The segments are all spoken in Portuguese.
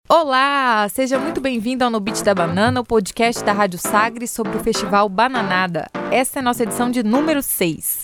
Olá, seja muito bem-vindo ao No Beat da Banana, o podcast da Rádio Sagres sobre o Festival Bananada. Essa é a nossa edição de número 6.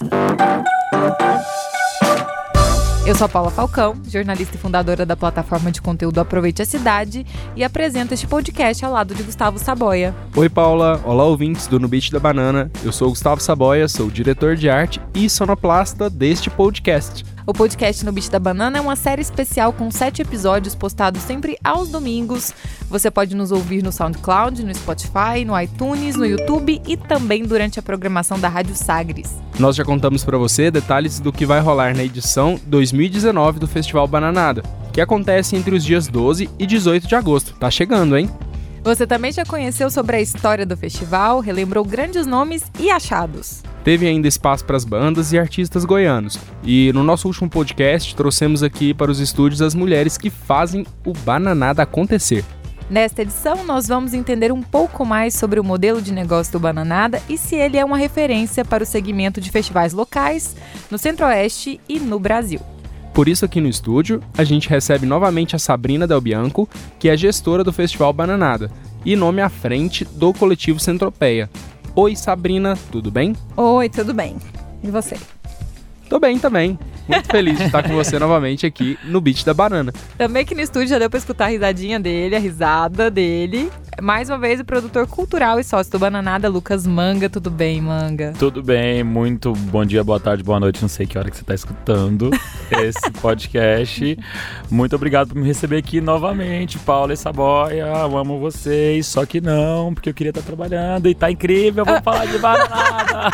Eu sou a Paula Falcão, jornalista e fundadora da plataforma de conteúdo Aproveite a Cidade, e apresento este podcast ao lado de Gustavo Saboia. Oi, Paula. Olá, ouvintes do No Beat da Banana. Eu sou o Gustavo Saboia, sou diretor de arte e sonoplasta deste podcast. O podcast No Beat da Banana é uma série especial com 7 episódios postados sempre aos domingos. Você pode nos ouvir no SoundCloud, no Spotify, no iTunes, no YouTube e também durante a programação da Rádio Sagres. Nós já contamos para você detalhes do que vai rolar na edição 2019 do Festival Bananada, que acontece entre os dias 12 e 18 de agosto. Tá chegando, hein? Você também já conheceu sobre a história do festival, relembrou grandes nomes e achados. Teve ainda espaço para as bandas e artistas goianos. E no nosso último podcast, trouxemos aqui para os estúdios as mulheres que fazem o Bananada acontecer. Nesta edição, nós vamos entender um pouco mais sobre o modelo de negócio do Bananada e se ele é uma referência para o segmento de festivais locais, no Centro-Oeste e no Brasil. Por isso, aqui no estúdio, a gente recebe novamente a Sabrina Del Bianco, que é gestora do Festival Bananada e nome à frente do coletivo Centropeia. Oi, Sabrina, tudo bem? Oi, tudo bem. E você? Tô bem também. Muito feliz de estar com você novamente aqui no Beat da Banana. Também aqui no estúdio já deu pra escutar a risadinha dele, a risada dele. Mais uma vez, o produtor cultural e sócio do Bananada, Lucas Manga. Tudo bem, Manga? Tudo bem, muito bom dia, boa tarde, boa noite. Não sei que hora que você tá escutando esse podcast. Muito obrigado por me receber aqui novamente, Paula e Saboia. Eu amo vocês, só que não, porque eu queria estar trabalhando e tá incrível. Vamos falar de Bananada.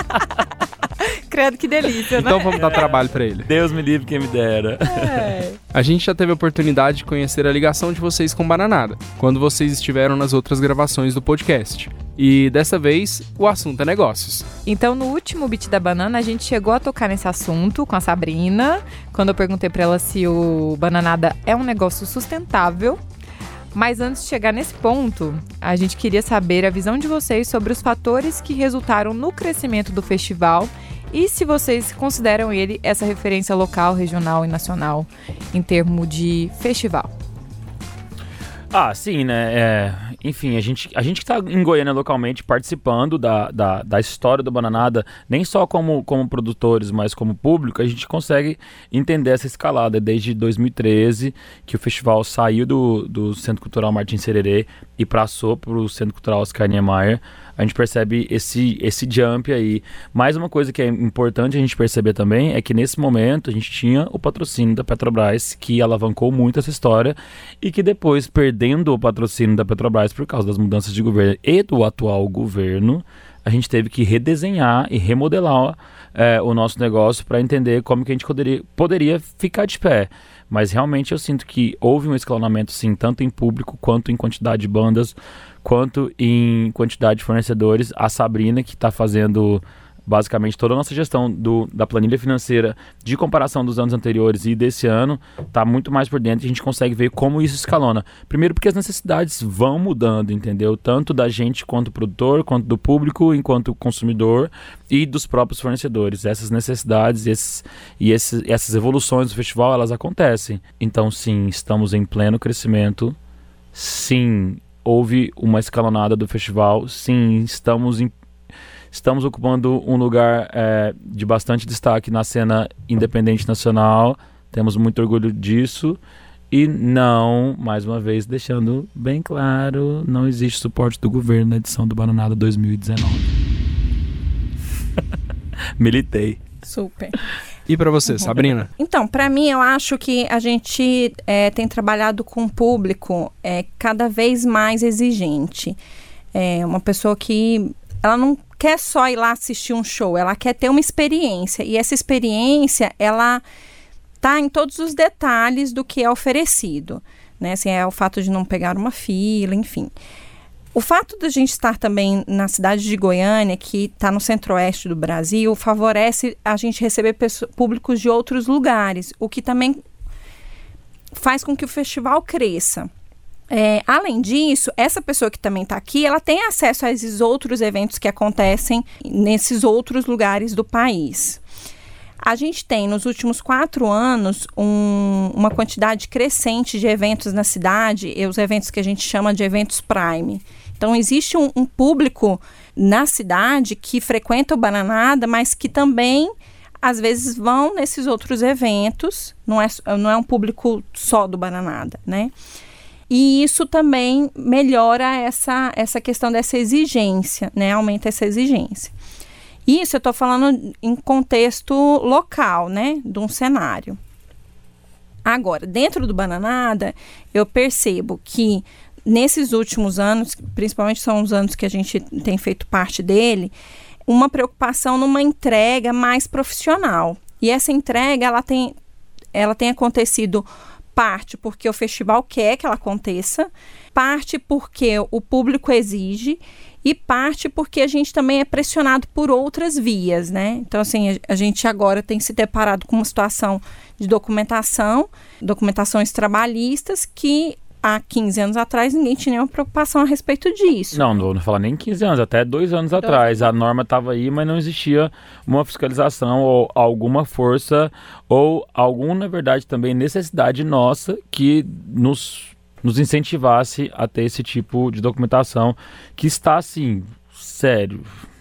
Credo, que delícia, né? Então vamos dar trabalho pra ele. Deus me livre, quem me dera. A gente já teve a oportunidade de conhecer a ligação de vocês com Bananada, quando vocês estiveram nas outras gravações do podcast. E dessa vez, o assunto é negócios. Então, no último Beat da Banana, a gente chegou a tocar nesse assunto com a Sabrina, quando eu perguntei pra ela se o Bananada é um negócio sustentável. Mas antes de chegar nesse ponto, a gente queria saber a visão de vocês sobre os fatores que resultaram no crescimento do festival e se vocês consideram ele essa referência local, regional e nacional em termos de festival. Ah, sim, né? Enfim, a gente que tá em Goiânia localmente participando da história do Bananada, nem só como produtores, mas como público, a gente consegue entender essa escalada. Desde 2013, que o festival saiu do Centro Cultural Martins Sererê e passou para o Centro Cultural Oscar Niemeyer. A gente percebe esse jump aí. Mais uma coisa que é importante a gente perceber também é que nesse momento a gente tinha o patrocínio da Petrobras, que alavancou muito essa história e que depois, perdendo o patrocínio da Petrobras por causa das mudanças de governo e do atual governo, a gente teve que redesenhar e remodelar o nosso negócio para entender como que a gente poderia ficar de pé. Mas realmente eu sinto que houve um escalonamento, sim, tanto em público quanto em quantidade de bandas, quanto em quantidade de fornecedores. A Sabrina, que está fazendo basicamente toda a nossa gestão da planilha financeira de comparação dos anos anteriores e desse ano, está muito mais por dentro e a gente consegue ver como isso escalona. Primeiro porque as necessidades vão mudando, entendeu? Tanto da gente quanto produtor, quanto do público, enquanto consumidor e dos próprios fornecedores. Essas necessidades e essas evoluções do festival, elas acontecem. Então, sim, estamos em pleno crescimento. Sim, houve uma escalonada do festival. Sim, estamos ocupando um lugar de bastante destaque na cena independente nacional. Temos muito orgulho disso. E não, mais uma vez, deixando bem claro, não existe suporte do governo na edição do Bananada 2019. Militei. Super. E pra você, Sabrina? Então, pra mim, eu acho que a gente tem trabalhado com um público cada vez mais exigente. Uma pessoa que ela não quer só ir lá assistir um show, ela quer ter uma experiência. E essa experiência, ela tá em todos os detalhes do que é oferecido, né? Assim, é o fato de não pegar uma fila, enfim. O fato de a gente estar também na cidade de Goiânia, que está no centro-oeste do Brasil, favorece a gente receber públicos de outros lugares, o que também faz com que o festival cresça. Além disso, essa pessoa que também está aqui, ela tem acesso a esses outros eventos que acontecem nesses outros lugares do país. A gente tem, nos últimos 4 anos, uma quantidade crescente de eventos na cidade, e os eventos que a gente chama de eventos Prime. Então, existe um público na cidade que frequenta o Bananada, mas que também, às vezes, vão nesses outros eventos. Não é um público só do Bananada, né? E isso também melhora essa questão dessa exigência, né? Aumenta essa exigência. Isso eu estou falando em contexto local, né? De um cenário. Agora, dentro do Bananada, eu percebo que nesses últimos anos, principalmente são os anos que a gente tem feito parte dele, uma preocupação numa entrega mais profissional. E essa entrega, ela tem acontecido parte porque o festival quer que ela aconteça, parte porque o público exige e parte porque a gente também é pressionado por outras vias, né? Então, assim, a gente agora tem se deparado com uma situação de documentações trabalhistas que há 15 anos atrás ninguém tinha nenhuma preocupação a respeito disso. Não vou falar nem 15 anos, até 2 anos atrás. A norma estava aí, mas não existia uma fiscalização ou alguma força ou na verdade, também necessidade nossa que nos incentivasse a ter esse tipo de documentação que está, assim, sério.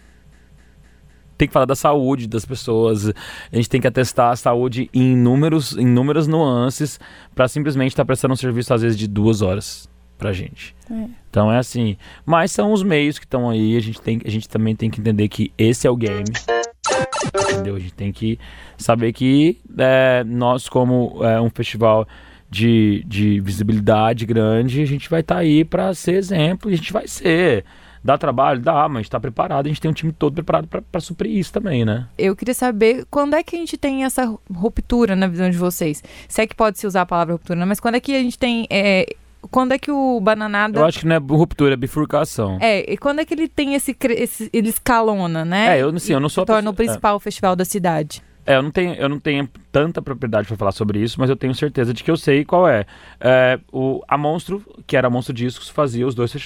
Tem que falar da saúde das pessoas, a gente tem que atestar a saúde em inúmeras nuances para simplesmente estar prestando um serviço, às vezes, de 2 horas pra gente. Então é assim, mas são os meios que estão aí, a gente também tem que entender que esse é o game, entendeu? A gente tem que saber que nós, como um festival de visibilidade grande, a gente vai estar aí para ser exemplo, e a gente vai ser. Dá trabalho? Dá, mas a gente tá preparado, a gente tem um time todo preparado para suprir isso também, né? Eu queria saber quando é que a gente tem essa ruptura na visão de vocês. Se é que pode se usar a palavra ruptura, né? Mas quando é que a gente tem... quando é que o Bananada... Eu acho que não é ruptura, é bifurcação. E quando é que ele tem ele escalona, né? Eu não sou... Torna o principal festival da cidade. Eu não tenho tanta propriedade para falar sobre isso, mas eu tenho certeza de que eu sei qual é. A Monstro, que era a Monstro Discos, fazia os dois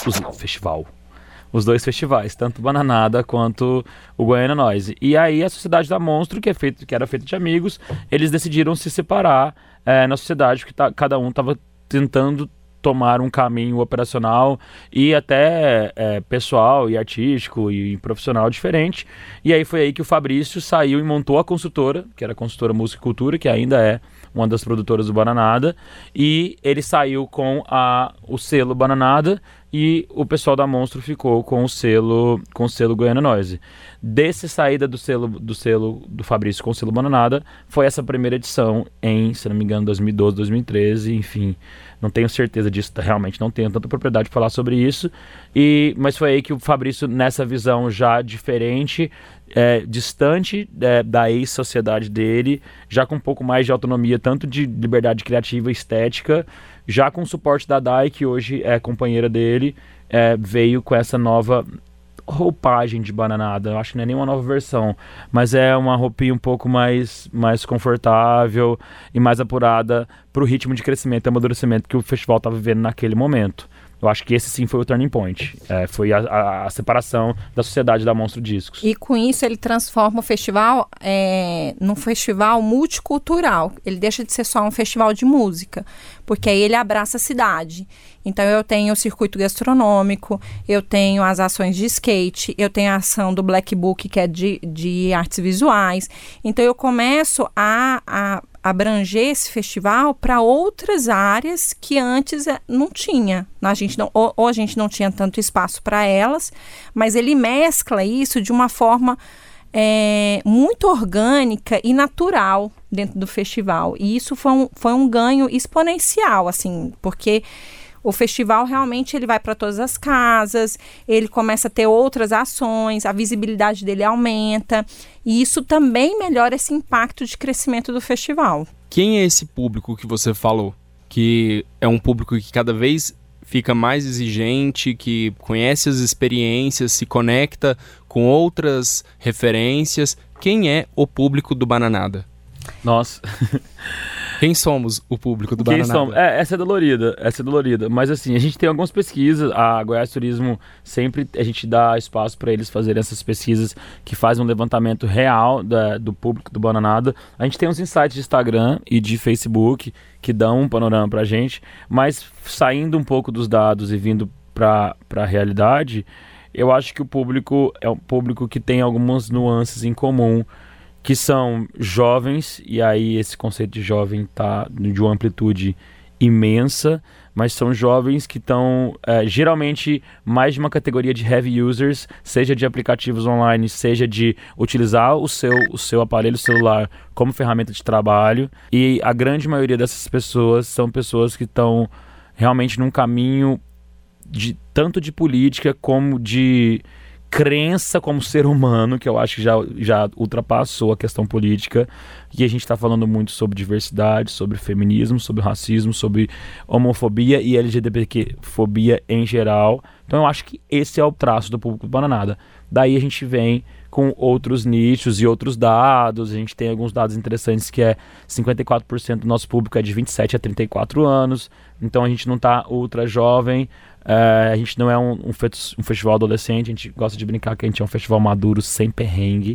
os dois festivais, tanto o Bananada quanto o Goiânia Noise. E aí a Sociedade da Monstro, que era feita de amigos, eles decidiram se separar na sociedade, porque cada um estava tentando tomar um caminho operacional e até pessoal e artístico e profissional diferente. E aí foi aí que o Fabrício saiu e montou a construtora, que era a Construtora Música e Cultura, que ainda é uma das produtoras do Bananada, e ele saiu com o selo Bananada e o pessoal da Monstro ficou com o selo Goiânia Noise. Desse saída do selo do Fabrício com o selo Bananada, foi essa primeira edição em, se não me engano, 2012, 2013, enfim, não tenho certeza disso, realmente não tenho tanta propriedade para falar sobre isso, mas foi aí que o Fabrício, nessa visão já diferente, distante da ex-sociedade dele, já com um pouco mais de autonomia, tanto de liberdade criativa e estética, já com o suporte da Dai, que hoje é companheira dele, veio com essa nova roupagem de Bananada. Eu acho que não é nenhuma nova versão, mas é uma roupinha um pouco mais confortável e mais apurada para o ritmo de crescimento e amadurecimento que o festival está vivendo naquele momento. Eu acho que esse sim foi o turning point. Foi a separação da sociedade da Monstro Discos. E com isso ele transforma o festival num festival multicultural. Ele deixa de ser só um festival de música, porque aí ele abraça a cidade. Então eu tenho o circuito gastronômico, eu tenho as ações de skate, eu tenho a ação do Black Book, que é de artes visuais. Então eu começo a abranger esse festival para outras áreas que antes não tinha. A gente não tinha tanto espaço para elas, mas ele mescla isso de uma forma muito orgânica e natural dentro do festival. E isso foi um ganho exponencial, assim, porque o festival realmente ele vai para todas as casas, ele começa a ter outras ações, a visibilidade dele aumenta, e isso também melhora esse impacto de crescimento do festival. Quem é esse público que você falou? Que é um público que cada vez fica mais exigente, que conhece as experiências, se conecta com outras referências. Quem é o público do Bananada? Nossa... Quem somos o público do Quem Bananada? somos? Essa é dolorida. Mas assim, a gente tem algumas pesquisas, a Goiás Turismo sempre, a gente dá espaço para eles fazerem essas pesquisas que fazem um levantamento real do público do Bananada. A gente tem uns insights de Instagram e de Facebook que dão um panorama pra gente, mas saindo um pouco dos dados e vindo pra realidade, eu acho que o público é um público que tem algumas nuances em comum, que são jovens, e aí esse conceito de jovem está de uma amplitude imensa, mas são jovens que estão geralmente mais de uma categoria de heavy users, seja de aplicativos online, seja de utilizar o seu aparelho celular como ferramenta de trabalho, e a grande maioria dessas pessoas são pessoas que estão realmente num caminho tanto de política como de crença como ser humano, que eu acho que já ultrapassou a questão política, e a gente está falando muito sobre diversidade, sobre feminismo, sobre racismo, sobre homofobia e LGBTQ-fobia em geral. Então eu acho que esse é o traço do público do Bananada. Daí a gente vem com outros nichos e outros dados. A gente tem alguns dados interessantes, que é 54% do nosso público é de 27 a 34 anos, então a gente não está ultra jovem. A gente não é um festival adolescente, a gente gosta de brincar que a gente é um festival maduro, sem perrengue.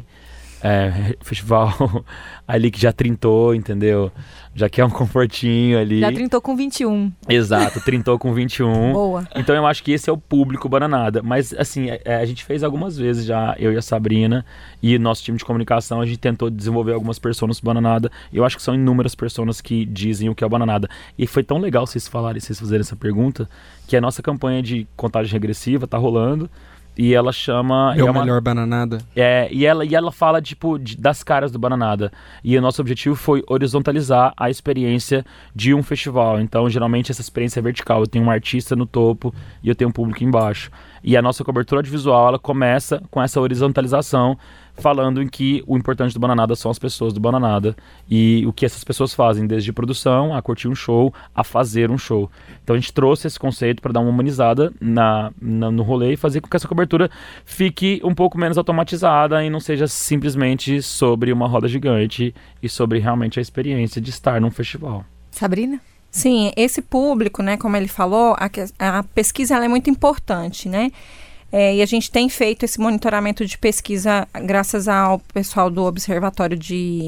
Festival ali que já trintou, entendeu? Já quer um confortinho ali. Já trintou com 21. Exato, trintou com 21. Boa. Então eu acho que esse é o público Bananada. Mas assim, a gente fez algumas vezes já, eu e a Sabrina e nosso time de comunicação, a gente tentou desenvolver algumas personas Bananada. Eu acho que são inúmeras pessoas que dizem o que é o Bananada. E foi tão legal vocês fazerem essa pergunta, que a nossa campanha de contagem regressiva tá rolando. E ela chama... É o melhor Bananada. E ela fala, tipo, das caras do Bananada. E o nosso objetivo foi horizontalizar a experiência de um festival. Então, geralmente, essa experiência é vertical. Eu tenho um artista no topo e eu tenho um público embaixo. E a nossa cobertura audiovisual, ela começa com essa horizontalização, falando em que o importante do Bananada são as pessoas do Bananada e o que essas pessoas fazem, desde produção, a curtir um show, a fazer um show. Então a gente trouxe esse conceito para dar uma humanizada no rolê e fazer com que essa cobertura fique um pouco menos automatizada e não seja simplesmente sobre uma roda gigante e sobre realmente a experiência de estar num festival. Sabrina? Sim, esse público, né, como ele falou, a pesquisa ela é muito importante, né? E a gente tem feito esse monitoramento de pesquisa graças ao pessoal do Observatório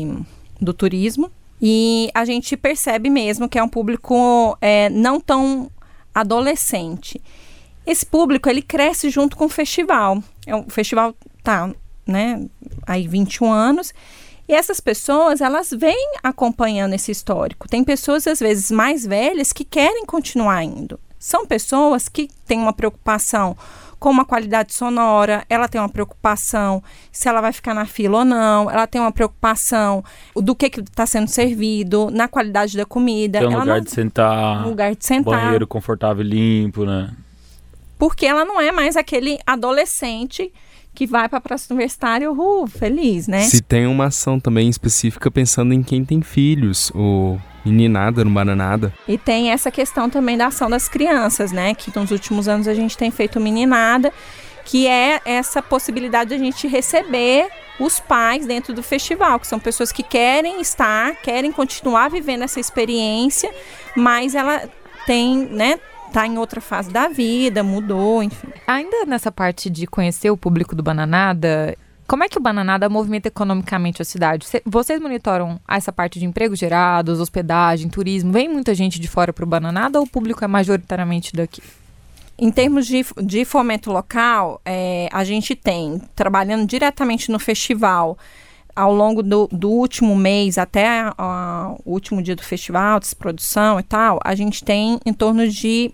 do Turismo. E a gente percebe mesmo que é um público não tão adolescente. Esse público, ele cresce junto com o festival. O festival tá, né, aí 21 anos. E essas pessoas, elas vêm acompanhando esse histórico. Tem pessoas, às vezes, mais velhas que querem continuar indo. São pessoas que têm uma preocupação com uma qualidade sonora, ela tem uma preocupação se ela vai ficar na fila ou não, ela tem uma preocupação do que está sendo servido, na qualidade da comida. Tem um lugar de sentar, banheiro confortável e limpo, né? Porque ela não é mais aquele adolescente que vai para a praça universitária, feliz, né? Se tem uma ação também específica pensando em quem tem filhos, o Meninada no Bananada. E tem essa questão também da ação das crianças, né? Que nos últimos anos a gente tem feito Meninada, que é essa possibilidade de a gente receber os pais dentro do festival, que são pessoas que querem continuar vivendo essa experiência, mas ela tem, né? Tá em outra fase da vida, mudou, enfim. Ainda nessa parte de conhecer o público do Bananada, como é que o Bananada movimenta economicamente a cidade? Vocês monitoram essa parte de empregos gerados, hospedagem, turismo? Vem muita gente de fora para o Bananada ou o público é majoritariamente daqui? Em termos de fomento local, a gente tem, trabalhando diretamente no festival, ao longo do último mês até o último dia do festival, de produção e tal, a gente tem em torno de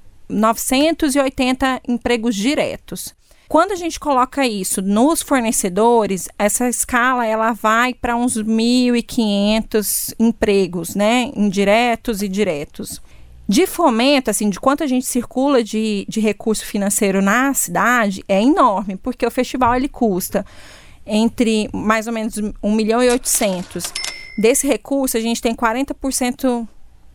980 empregos diretos. Quando a gente coloca isso nos fornecedores, essa escala ela vai para uns 1.500 empregos, né, indiretos e diretos. De fomento, assim, de quanto a gente circula de recurso financeiro na cidade, é enorme, porque o festival ele custa entre mais ou menos 1.800.000. Desse recurso, a gente tem 40%,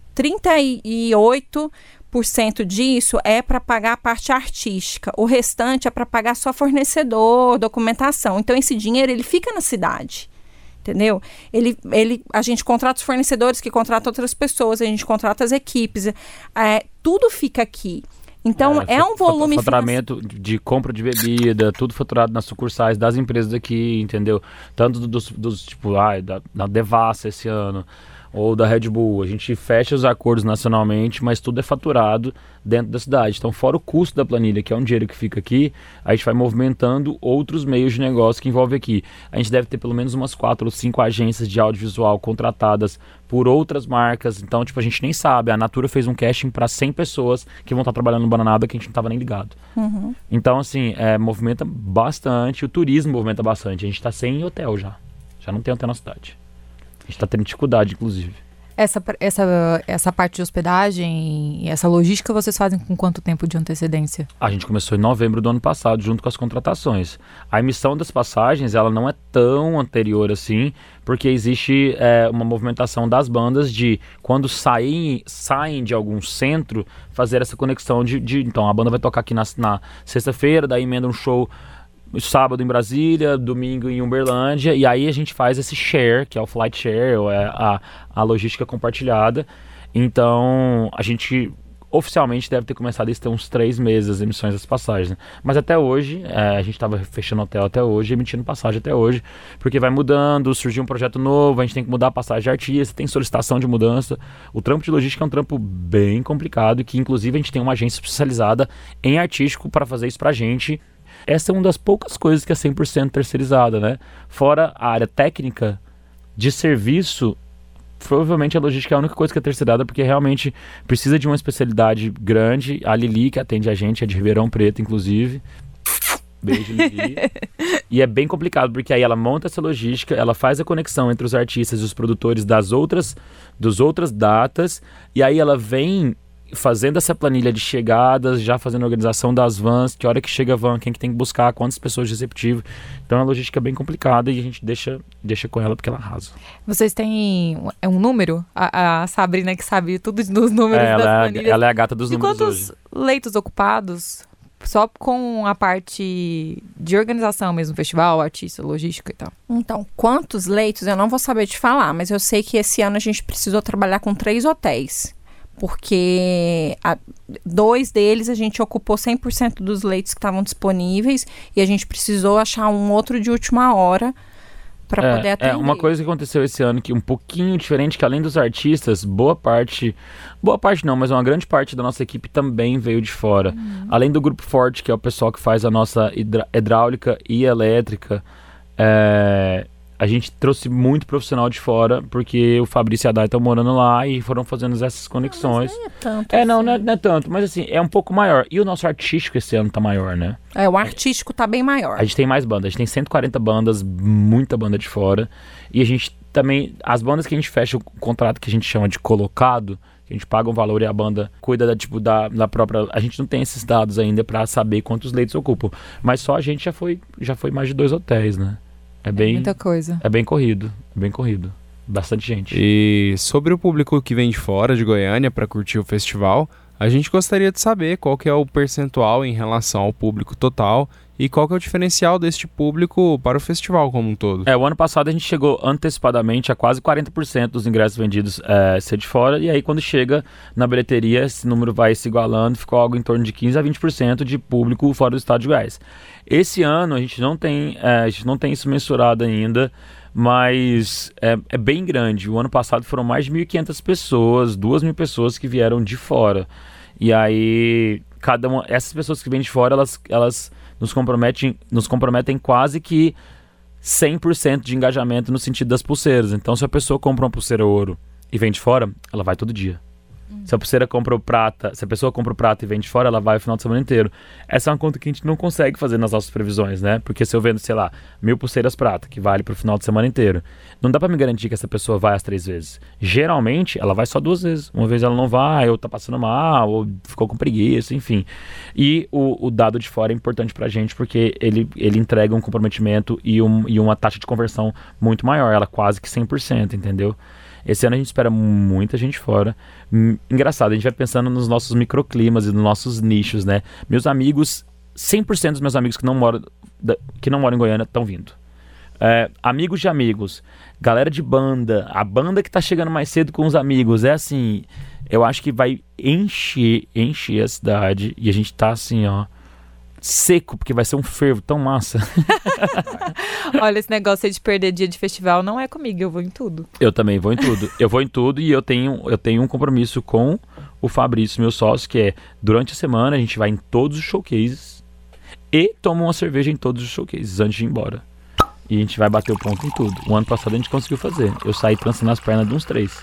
38% disso é para pagar a parte artística. O restante é para pagar só fornecedor, documentação. Então, esse dinheiro, ele fica na cidade. entendeu? A gente contrata os fornecedores que contratam outras pessoas, a gente contrata as equipes, tudo fica aqui. Então, é um volume... Faturamento de compra de bebida, tudo faturado nas sucursais das empresas aqui, entendeu? Tanto dos tipo, da Devassa esse ano, ou da Red Bull. A gente fecha os acordos nacionalmente, mas tudo é faturado dentro da cidade. Então, fora o custo da planilha, que é um dinheiro que fica aqui, a gente vai movimentando outros meios de negócio que envolve aqui. A gente deve ter pelo menos umas 4 ou 5 agências de audiovisual contratadas por outras marcas. Então, tipo, a gente nem sabe. A Natura fez um casting para 100 pessoas que vão estar trabalhando no Bananada que a gente não estava nem ligado. Uhum. Então, assim, movimenta bastante. O turismo movimenta bastante. A gente está sem hotel já. Já não tem hotel na cidade. A gente está tendo dificuldade, inclusive. Essa parte de hospedagem e essa logística vocês fazem com quanto tempo de antecedência? A gente começou em novembro do ano passado, junto com as contratações. A emissão das passagens, ela não é tão anterior assim, porque existe uma movimentação das bandas de, quando saem de algum centro, fazer essa conexão então, a banda vai tocar aqui na sexta-feira, daí emenda um show sábado em Brasília, domingo em Uberlândia, e aí a gente faz esse share, que é o flight share, ou a logística compartilhada. Então, a gente oficialmente deve ter começado a ter uns 3 meses as emissões das passagens, né? Mas até hoje, a gente estava fechando hotel até hoje, emitindo passagem até hoje, porque vai mudando, surgiu um projeto novo, a gente tem que mudar a passagem de artista, tem solicitação de mudança. O trampo de logística é um trampo bem complicado, que inclusive a gente tem uma agência especializada em artístico para fazer isso pra gente. Essa é uma das poucas coisas que é 100% terceirizada, né? Fora a área técnica de serviço, provavelmente a logística é a única coisa que é terceirizada, porque realmente precisa de uma especialidade grande. A Lili, que atende a gente, é de Ribeirão Preto, inclusive. Beijo, Lili. E é bem complicado, porque aí ela monta essa logística, ela faz a conexão entre os artistas e os produtores das outras datas, e aí ela vem fazendo essa planilha de chegadas, já fazendo a organização das vans, que hora que chega a van, quem que tem que buscar, quantas pessoas de receptivo. Então a logística é bem complicada e a gente deixa com ela porque ela arrasa. Vocês têm um número? A Sabrina que sabe tudo dos números das planilhas. Ela é a gata dos números hoje. E quantos leitos ocupados? Só com a parte de organização mesmo, festival, artista, logística e tal. Então, quantos leitos eu não vou saber te falar, mas eu sei que esse ano a gente precisou trabalhar com 3 hotéis. Porque 2 deles a gente ocupou 100% dos leitos que estavam disponíveis e a gente precisou achar um outro de última hora para poder atender. Uma coisa que aconteceu esse ano que um pouquinho diferente, que além dos artistas, boa parte não, mas uma grande parte da nossa equipe também veio de fora. Além do Grupo Forte, que é o pessoal que faz a nossa hidráulica e elétrica, a gente trouxe muito profissional de fora, porque o Fabrício e a Dai estão morando lá e foram fazendo essas conexões. Mas não é tanto assim. Não é tanto, mas assim, é um pouco maior. E o nosso artístico esse ano tá maior, né? O artístico tá bem maior. A gente tem mais bandas, a gente tem 140 bandas, muita banda de fora. E a gente também, as bandas que a gente fecha o contrato que a gente chama de colocado, que a gente paga um valor e a banda cuida da própria... A gente não tem esses dados ainda para saber quantos leitos ocupam. Mas só a gente já foi mais de 2 hotéis, né? É muita coisa. É bem corrido. Bastante gente. E sobre o público que vem de fora de Goiânia para curtir o festival, a gente gostaria de saber qual que é o percentual em relação ao público total e qual que é o diferencial deste público para o festival como um todo. O ano passado a gente chegou antecipadamente a quase 40% dos ingressos vendidos ser de fora, e aí quando chega na bilheteria esse número vai se igualando, ficou algo em torno de 15% a 20% de público fora do estado de Goiás. Esse ano a gente não tem isso mensurado ainda, mas é bem grande. O ano passado foram mais de 1.500 pessoas, 2.000 pessoas que vieram de fora. E aí, essas pessoas que vêm de fora, elas nos comprometem quase que 100% de engajamento no sentido das pulseiras. Então, se a pessoa compra uma pulseira ouro e vem de fora, ela vai todo dia. Se a pessoa compra o prata e vem de fora, ela vai o final de semana inteiro. Essa é uma conta que a gente não consegue fazer nas nossas previsões, né? Porque se eu vendo, 1.000 pulseiras prata, que vale pro final de semana inteiro, não dá pra me garantir que essa pessoa vai as 3 vezes. Geralmente, ela vai só 2 vezes. Uma vez ela não vai, ou tá passando mal, ou ficou com preguiça, enfim. E o dado de fora é importante pra gente, porque ele entrega um comprometimento e uma taxa de conversão muito maior. Ela quase que 100%, entendeu? Esse ano a gente espera muita gente fora. Engraçado, a gente vai pensando nos nossos microclimas e nos nossos nichos, né? Meus amigos, 100% dos meus amigos que não moram em Goiânia estão vindo. amigos de amigos, galera de banda, a banda que tá chegando mais cedo com os amigos, é assim, eu acho que vai encher a cidade e a gente tá assim, ó, seco, porque vai ser um fervo tão massa. Olha, esse negócio aí de perder dia de festival não é comigo, eu vou em tudo. Eu também vou em tudo. Eu vou em tudo e eu tenho um compromisso com o Fabrício, meu sócio, que é, durante a semana a gente vai em todos os showcases e toma uma cerveja em todos os showcases antes de ir embora. E a gente vai bater o ponto em tudo. O ano passado a gente conseguiu fazer. Eu saí trançando as pernas de uns 3.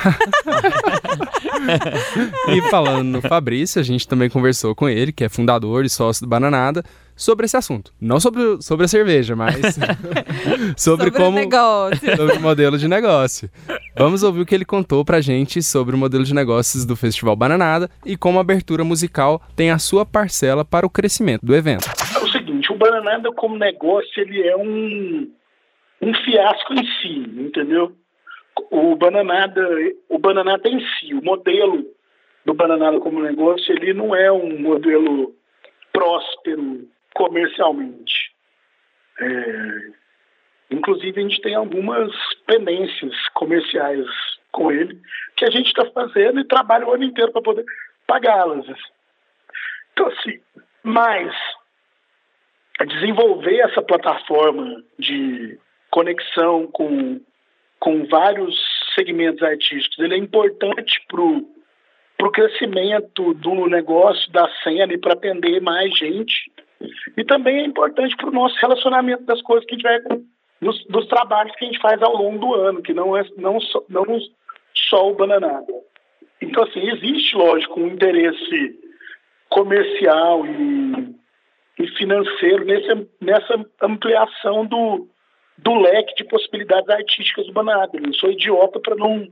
E falando no Fabrício, a gente também conversou com ele, que é fundador e sócio do Bananada, sobre esse assunto. Não sobre a cerveja, mas sobre como... negócio. Sobre o modelo de negócio. Vamos ouvir o que ele contou pra gente sobre o modelo de negócios do Festival Bananada e como a abertura musical tem a sua parcela para o crescimento do evento. É o seguinte, o Bananada como negócio, ele é um fiasco em si, entendeu? O Bananada em si, o modelo do Bananada como negócio, ele não é um modelo próspero comercialmente. Inclusive, a gente tem algumas pendências comerciais com ele que a gente está fazendo e trabalha o ano inteiro para poder pagá-las. Então, assim, mas desenvolver essa plataforma de conexão com vários segmentos artísticos, ele é importante para o crescimento do negócio, da cena e para atender mais gente. E também é importante para o nosso relacionamento das coisas que a gente vai, dos trabalhos que a gente faz ao longo do ano, que não só o Bananada. Então, assim, existe, lógico, um interesse comercial e financeiro nessa ampliação do leque de possibilidades artísticas do Bananada. Eu sou idiota para não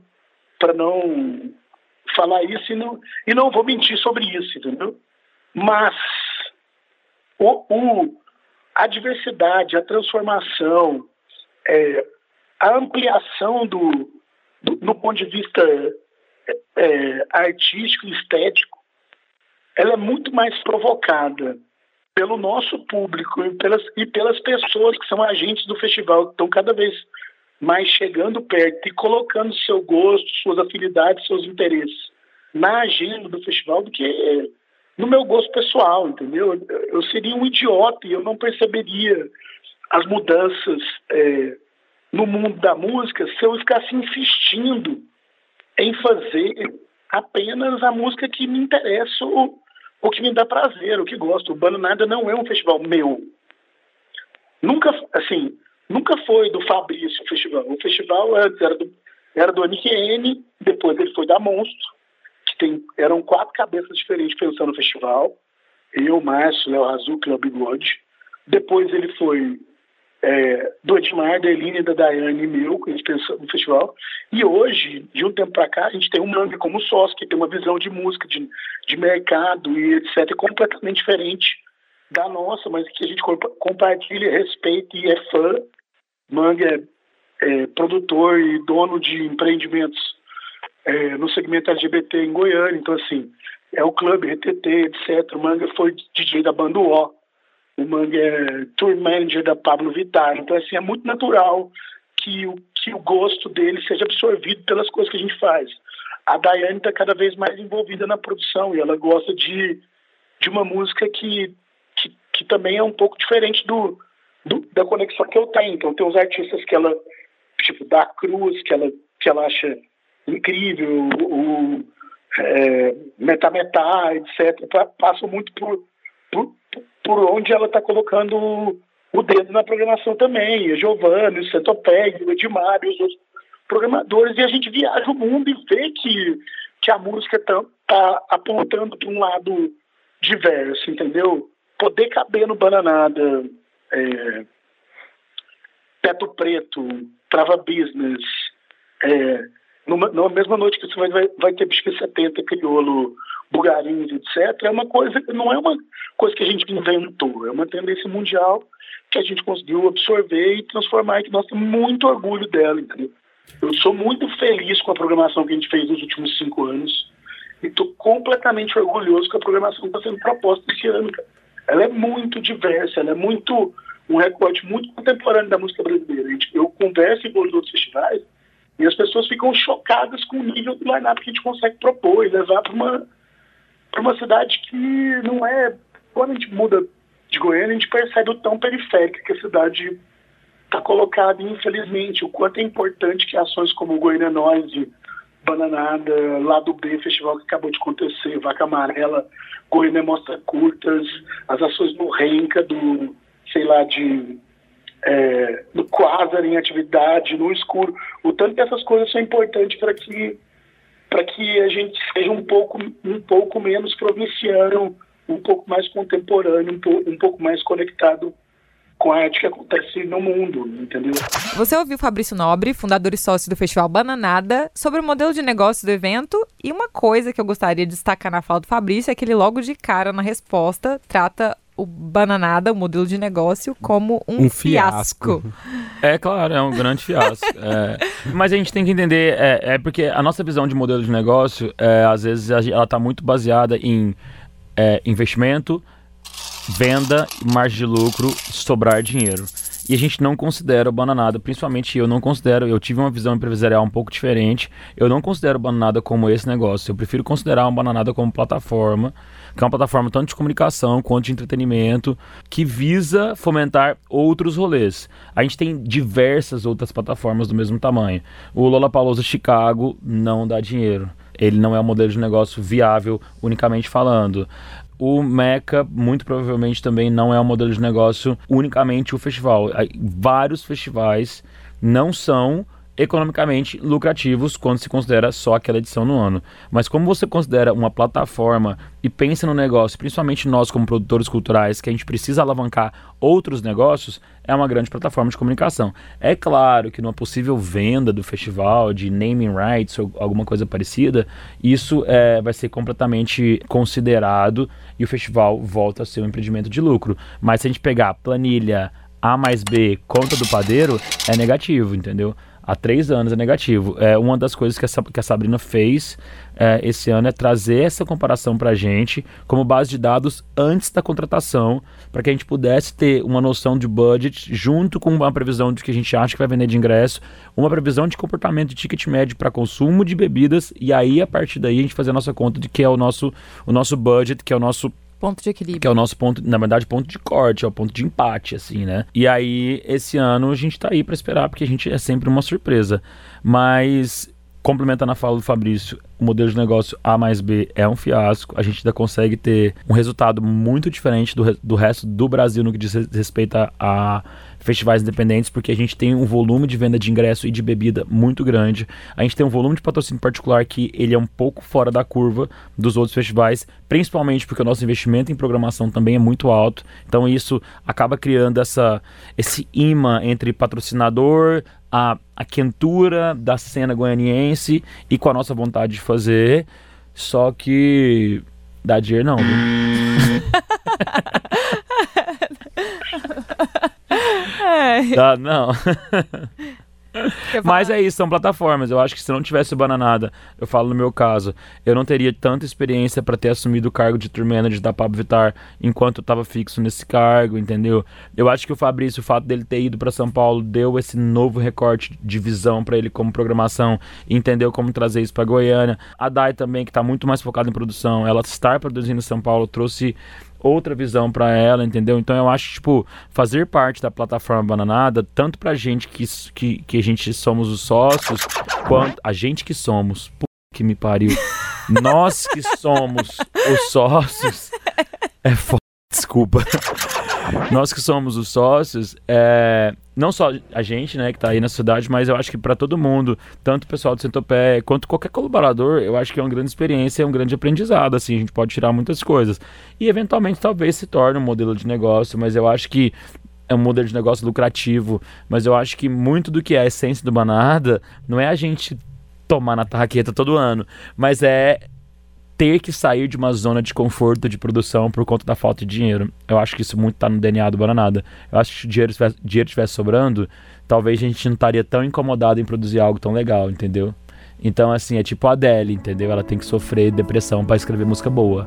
falar isso e não vou mentir sobre isso, entendeu? Mas a diversidade, a transformação, a ampliação do ponto de vista artístico e estético, ela é muito mais provocada pelo nosso público e pelas pessoas que são agentes do festival, que estão cada vez mais chegando perto e colocando seu gosto, suas afinidades, seus interesses na agenda do festival, do que no meu gosto pessoal, entendeu? Eu seria um idiota e eu não perceberia as mudanças no mundo da música se eu ficasse insistindo em fazer apenas a música que me interessa ou que me dá prazer, o que gosto. O Bananada não é um festival meu. Nunca foi do Fabrício o festival. O festival antes era do MQN, depois ele foi da Monstro, que eram 4 cabeças diferentes pensando no festival. Eu, Márcio, Léo Razuc, Léo Bigode. Depois ele foi do Edmar, da Eline, da Daiane e meu, que a gente pensou no festival. E hoje, de um tempo para cá, a gente tem o Manga como sócio, que tem uma visão de música, de mercado e etc., completamente diferente da nossa, mas que a gente compartilha, respeita e é fã. Manga é produtor e dono de empreendimentos no segmento LGBT em Goiânia. Então, assim, é o Clube RTT, etc. O Manga foi DJ da banda O. O Manga é tour manager da Pablo Vittar. Então, assim, é muito natural que o gosto dele seja absorvido pelas coisas que a gente faz. A Daiane está cada vez mais envolvida na produção e ela gosta de uma música que também é um pouco diferente da conexão que eu tenho. Então, tem uns artistas que ela, tipo, da Cruz, que ela acha incrível, o Metá, etc., passam muito por onde ela está colocando o dedo na programação também. A Giovanni, o Centopédio, o Edmar e os outros programadores. E a gente viaja o mundo e vê que a música está apontando para um lado diverso, entendeu? Poder caber no Bananada, Teto Preto, Trava Business, numa mesma noite que você vai ter Bisca 70, Criolo, Bugarins, etc., não é uma coisa que a gente inventou, é uma tendência mundial que a gente conseguiu absorver e transformar, e que nós temos muito orgulho dela, entendeu? Eu sou muito feliz com a programação que a gente fez nos últimos 5 anos e estou completamente orgulhoso com a programação que está sendo proposta esse ano, cara. Ela é muito diversa, ela é muito um recorte muito contemporâneo da música brasileira. Eu converso em outros festivais e as pessoas ficam chocadas com o nível do line-up que a gente consegue propor e levar para uma cidade que não é... Quando a gente muda de Goiânia, a gente percebe o tão periférica que a cidade está colocada, e infelizmente, o quanto é importante que ações como o Goiânia Noise, Bananada, Lado B, festival que acabou de acontecer, Vaca Amarela, Goiânia Mostra Curtas, as ações no Renca, do Quasar em atividade, no escuro, o tanto que essas coisas são importantes para que a gente seja um pouco menos provinciano, um pouco mais contemporâneo, um pouco mais conectado com a arte que acontece no mundo, entendeu? Você ouviu Fabrício Nobre, fundador e sócio do Festival Bananada, sobre o modelo de negócio do evento, e uma coisa que eu gostaria de destacar na fala do Fabrício é que ele logo de cara na resposta trata o Bananada, o modelo de negócio, como um fiasco. É claro, é um grande fiasco. Mas a gente tem que entender, porque a nossa visão de modelo de negócio, às vezes, ela está muito baseada em investimento, venda, margem de lucro, sobrar dinheiro. E a gente não considera o Bananada, principalmente eu não considero, eu tive uma visão empresarial um pouco diferente, eu não considero o Bananada como esse negócio, eu prefiro considerar o Bananada como plataforma, que é uma plataforma tanto de comunicação quanto de entretenimento, que visa fomentar outros rolês. A gente tem diversas outras plataformas do mesmo tamanho. O Lollapalooza Chicago não dá dinheiro, ele não é um modelo de negócio viável, unicamente falando. O Meca, muito provavelmente, também não é um modelo de negócio unicamente o festival. Vários festivais não são economicamente lucrativos quando se considera só aquela edição no ano. Mas como você considera uma plataforma e pensa no negócio, principalmente nós como produtores culturais, que a gente precisa alavancar outros negócios, é uma grande plataforma de comunicação. É claro que numa possível venda do festival, de naming rights ou alguma coisa parecida, isso vai ser completamente considerado e o festival volta a ser um empreendimento de lucro. Mas se a gente pegar planilha A mais B, conta do padeiro, é negativo, entendeu? Há 3 anos é negativo. Uma das coisas que a Sabrina fez esse ano é trazer essa comparação para a gente como base de dados antes da contratação, para que a gente pudesse ter uma noção de budget junto com uma previsão de que a gente acha que vai vender de ingresso, uma previsão de comportamento de ticket médio para consumo de bebidas, e aí a partir daí a gente fazer a nossa conta de que é o nosso budget, que é o nosso ponto de equilíbrio. Que é o nosso ponto, na verdade, ponto de corte, é o ponto de empate, assim, né? E aí, esse ano, a gente tá aí pra esperar, porque a gente é sempre uma surpresa. Mas, complementando a fala do Fabrício, o modelo de negócio A mais B é um fiasco. A gente ainda consegue ter um resultado muito diferente do resto do Brasil no que diz respeito a festivais independentes, porque a gente tem um volume de venda de ingresso e de bebida muito grande. A gente tem um volume de patrocínio particular que ele é um pouco fora da curva dos outros festivais, principalmente porque o nosso investimento em programação também é muito alto. Então isso acaba criando esse imã entre patrocinador, a quentura da cena goianiense e com a nossa vontade de fazer. Só que dá dinheiro não, viu? Não. Mas é isso, são plataformas. Eu acho que se não tivesse o Bananada, eu falo no meu caso, eu não teria tanta experiência para ter assumido o cargo de tour manager da Pablo Vittar enquanto eu estava fixo nesse cargo, entendeu? Eu acho que o Fabrício, o fato dele ter ido para São Paulo, deu esse novo recorte de visão para ele como programação, entendeu como trazer isso para Goiânia. A Dai também, que está muito mais focada em produção, ela estar produzindo em São Paulo trouxe outra visão para ela, entendeu? Então eu acho, fazer parte da plataforma Bananada, tanto pra gente que a gente somos os sócios, quanto a gente que somos, que me pariu, nós que somos os sócios, desculpa, nós que somos os sócios, não só a gente, né, que tá aí na cidade, mas eu acho que para todo mundo, tanto o pessoal do Centopé, quanto qualquer colaborador, eu acho que é uma grande experiência, é um grande aprendizado, assim, a gente pode tirar muitas coisas. E eventualmente talvez se torne um modelo de negócio, mas eu acho que é um modelo de negócio lucrativo, mas eu acho que muito do que é a essência do Bananada não é a gente tomar na tarraqueta todo ano, mas é ter que sair de uma zona de conforto de produção por conta da falta de dinheiro. Eu acho que isso muito tá no DNA do Bananada. Eu acho que se o dinheiro estivesse sobrando, talvez a gente não estaria tão incomodado em produzir algo tão legal, entendeu? Então, assim, é tipo a Adele, entendeu? Ela tem que sofrer depressão para escrever música boa.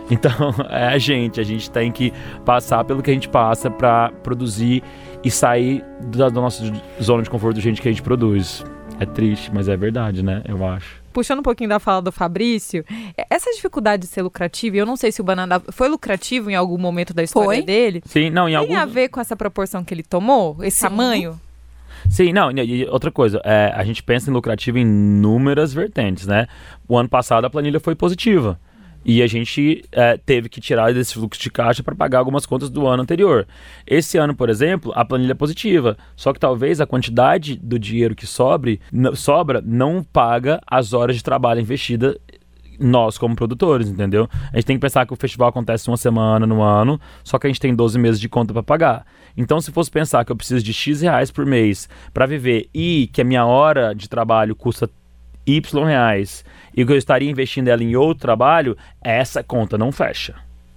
Então, é a gente tem que passar pelo que a gente passa pra produzir e sair da nossa zona de conforto do jeito que a gente produz. É triste, mas é verdade, né? Eu acho. Puxando um pouquinho da fala do Fabrício, essa dificuldade de ser lucrativo, eu não sei se o Banana foi lucrativo em algum momento da história dele. Sim, não, Tem a ver com essa proporção que ele tomou, esse tamanho? Sim, não, e outra coisa, a gente pensa em lucrativo em inúmeras vertentes, né? O ano passado a planilha foi positiva. E a gente teve que tirar desse fluxo de caixa para pagar algumas contas do ano anterior. Esse ano, por exemplo, a planilha é positiva. Só que talvez a quantidade do dinheiro que sobra não paga as horas de trabalho investida nós como produtores, entendeu? A gente tem que pensar que o festival acontece uma semana no ano, só que a gente tem 12 meses de conta para pagar. Então, se fosse pensar que eu preciso de X reais por mês para viver e que a minha hora de trabalho custa Y reais e que eu estaria investindo ela em outro trabalho, essa conta não fecha.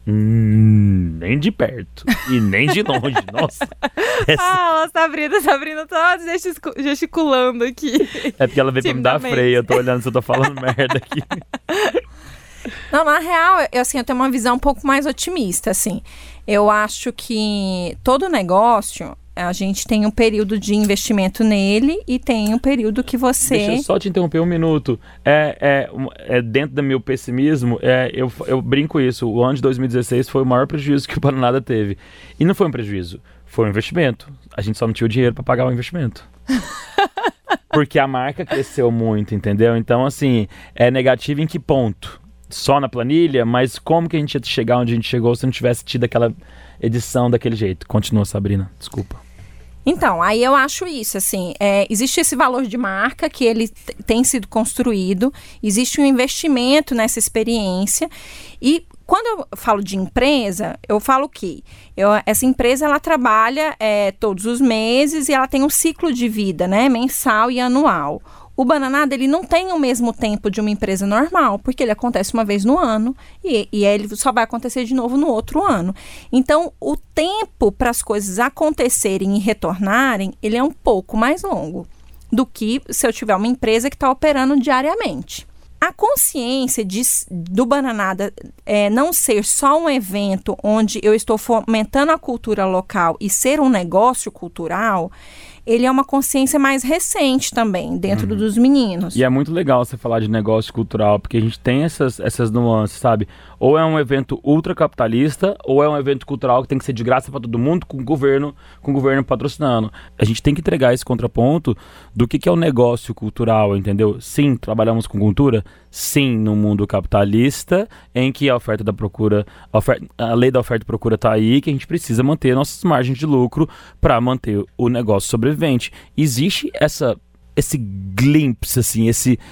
Nem de perto e nem de longe. Nossa. Sabrina tá gesticulando aqui. É porque ela veio pra me dar freio. Eu tô olhando se eu tô falando merda aqui. Não, na real, eu tenho uma visão um pouco mais otimista, assim. Eu acho que todo negócio, a gente tem um período de investimento nele e tem um período que você... Deixa eu só te interromper um minuto. Dentro do meu pessimismo, eu brinco isso. O ano de 2016 foi o maior prejuízo que o Bananada teve. E não foi um prejuízo, foi um investimento. A gente só não tinha o dinheiro para pagar o investimento. Porque a marca cresceu muito, entendeu? Então, assim, é negativo em que ponto? Só na planilha, mas como que a gente ia chegar onde a gente chegou se não tivesse tido aquela edição daquele jeito? Continua, Sabrina, desculpa. Então, aí eu acho isso, assim, existe esse valor de marca que ele tem sido construído, existe um investimento nessa experiência e quando eu falo de empresa, eu falo que essa empresa ela trabalha todos os meses e ela tem um ciclo de vida, né, mensal e anual. O Bananada, ele não tem o mesmo tempo de uma empresa normal, porque ele acontece uma vez no ano e ele só vai acontecer de novo no outro ano. Então, o tempo para as coisas acontecerem e retornarem, ele é um pouco mais longo do que se eu tiver uma empresa que está operando diariamente. A consciência do Bananada não ser só um evento onde eu estou fomentando a cultura local e ser um negócio cultural, ele é uma consciência mais recente também, dentro dos meninos. E é muito legal você falar de negócio cultural, porque a gente tem essas nuances, sabe? Ou é um evento ultracapitalista, ou é um evento cultural que tem que ser de graça para todo mundo, com o governo patrocinando. A gente tem que entregar esse contraponto do que é o negócio cultural, entendeu? Sim, trabalhamos com cultura, sim, no mundo capitalista, em que a oferta da procura, a lei da oferta e procura está aí, que a gente precisa manter nossas margens de lucro para manter o negócio sobrevivente. Existe esse glimpse, assim,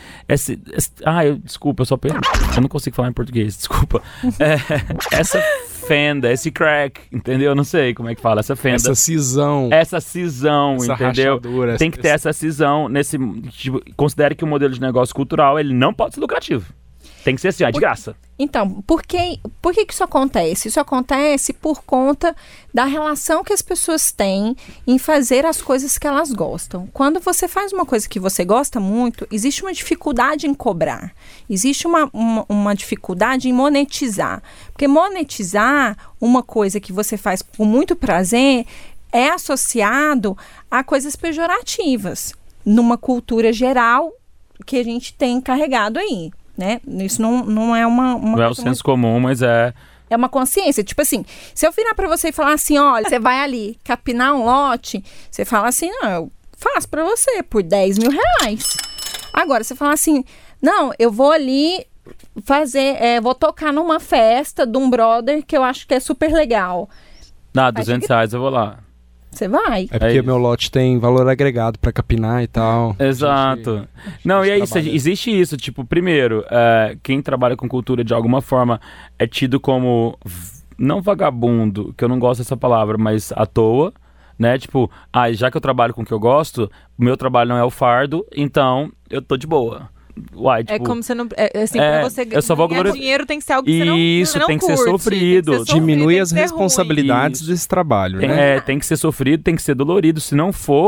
desculpa, eu não consigo falar em português, desculpa. Essa fenda, esse crack, entendeu? Eu não sei como é que fala, essa fenda. Essa cisão, essa entendeu? Rachadura, tem que ter essa cisão nesse... Tipo, considere que o modelo de negócio cultural, ele não pode ser lucrativo. Tem que ser assim, de graça. Então, por que isso acontece? Isso acontece por conta da relação que as pessoas têm em fazer as coisas que elas gostam. Quando você faz uma coisa que você gosta muito, existe uma dificuldade em cobrar. Existe uma dificuldade em monetizar. Porque monetizar uma coisa que você faz com muito prazer é associado a coisas pejorativas, numa cultura geral que a gente tem carregado aí. Né? Isso não é uma não é o senso comum, mas é uma consciência. Tipo assim, se eu virar pra você e falar assim, olha, você vai ali capinar um lote, você fala assim, não, eu faço pra você por 10 mil reais. Agora, você fala assim, não, eu vou ali vou tocar numa festa de um brother que eu acho que é super legal. 200 reais eu vou lá. Você vai. É porque meu lote tem valor agregado pra capinar e tal. Exato. Não, e é isso, existe isso. Tipo, primeiro, quem trabalha com cultura de alguma forma é tido como, não vagabundo, que eu não gosto dessa palavra, mas à toa, né? Tipo, já que eu trabalho com o que eu gosto, o meu trabalho não é o fardo, então eu tô de boa. Uai, tipo, como você não... pra você ganhar dinheiro tem que ser algo que você não tem que curte, ser sofrido. Diminui tem as que ser responsabilidades ruim. desse trabalho, né? Tem que ser sofrido, tem que ser dolorido. Se não for,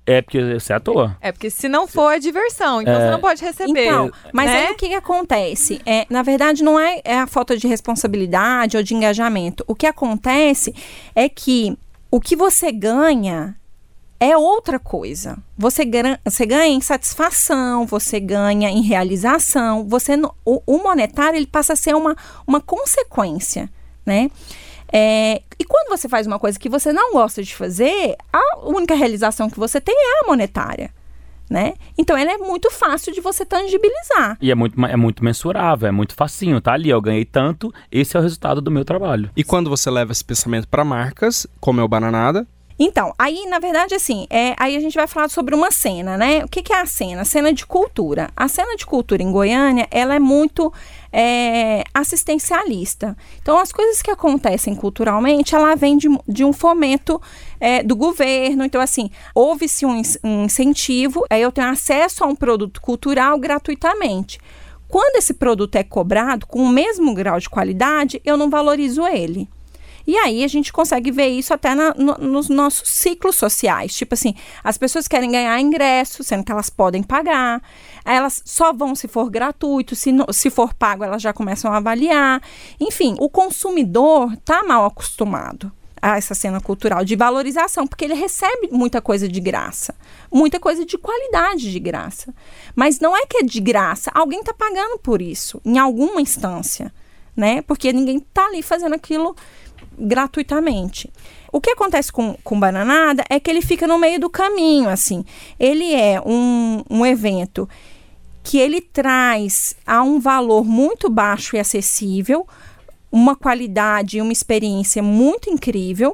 É porque você é à toa. É porque se não for, é diversão. Então você não pode receber. Então, mas né? aí o que acontece? Na verdade, não é a falta de responsabilidade ou de engajamento. O que acontece é que o que você ganha é outra coisa. Você ganha em satisfação, você ganha em realização. O monetário, ele passa a ser uma consequência, né? E quando você faz uma coisa que você não gosta de fazer, a única realização que você tem é a monetária, né? Então, ela é muito fácil de você tangibilizar. E é muito mensurável, é muito facinho, tá ali, eu ganhei tanto, esse é o resultado do meu trabalho. E quando você leva esse pensamento para marcas, como é o Bananada? Então, aí, na verdade, assim, aí a gente vai falar sobre uma cena, né? O que é a cena? A cena de cultura. A cena de cultura em Goiânia, ela é muito assistencialista. Então, as coisas que acontecem culturalmente, ela vem de um fomento do governo. Então, assim, houve-se um incentivo, aí eu tenho acesso a um produto cultural gratuitamente. Quando esse produto é cobrado com o mesmo grau de qualidade, eu não valorizo ele. E aí a gente consegue ver isso até nos nossos ciclos sociais. Tipo assim, as pessoas querem ganhar ingresso, sendo que elas podem pagar. Elas só vão se for gratuito, se for pago elas já começam a avaliar. Enfim, o consumidor está mal acostumado a essa cena cultural de valorização, porque ele recebe muita coisa de graça, muita coisa de qualidade de graça. Mas não é que é de graça, alguém está pagando por isso, em alguma instância, né? Porque ninguém está ali fazendo aquilo gratuitamente. O que acontece com Bananada é que ele fica no meio do caminho, assim. Ele é um evento que ele traz a um valor muito baixo e acessível, uma qualidade e uma experiência muito incrível,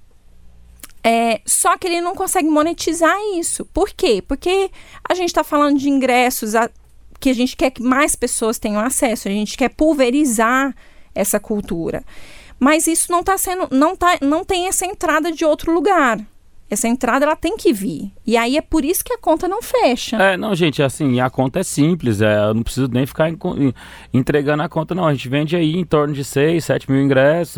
só que ele não consegue monetizar isso. Por quê? Porque a gente está falando de ingressos que a gente quer que mais pessoas tenham acesso, a gente quer pulverizar essa cultura. Mas isso não tem essa entrada de outro lugar. Essa entrada, ela tem que vir. E aí é por isso que a conta não fecha. Não, gente, assim, a conta é simples. Eu não preciso nem ficar entregando a conta, não. A gente vende aí em torno de 6, 7 mil ingressos,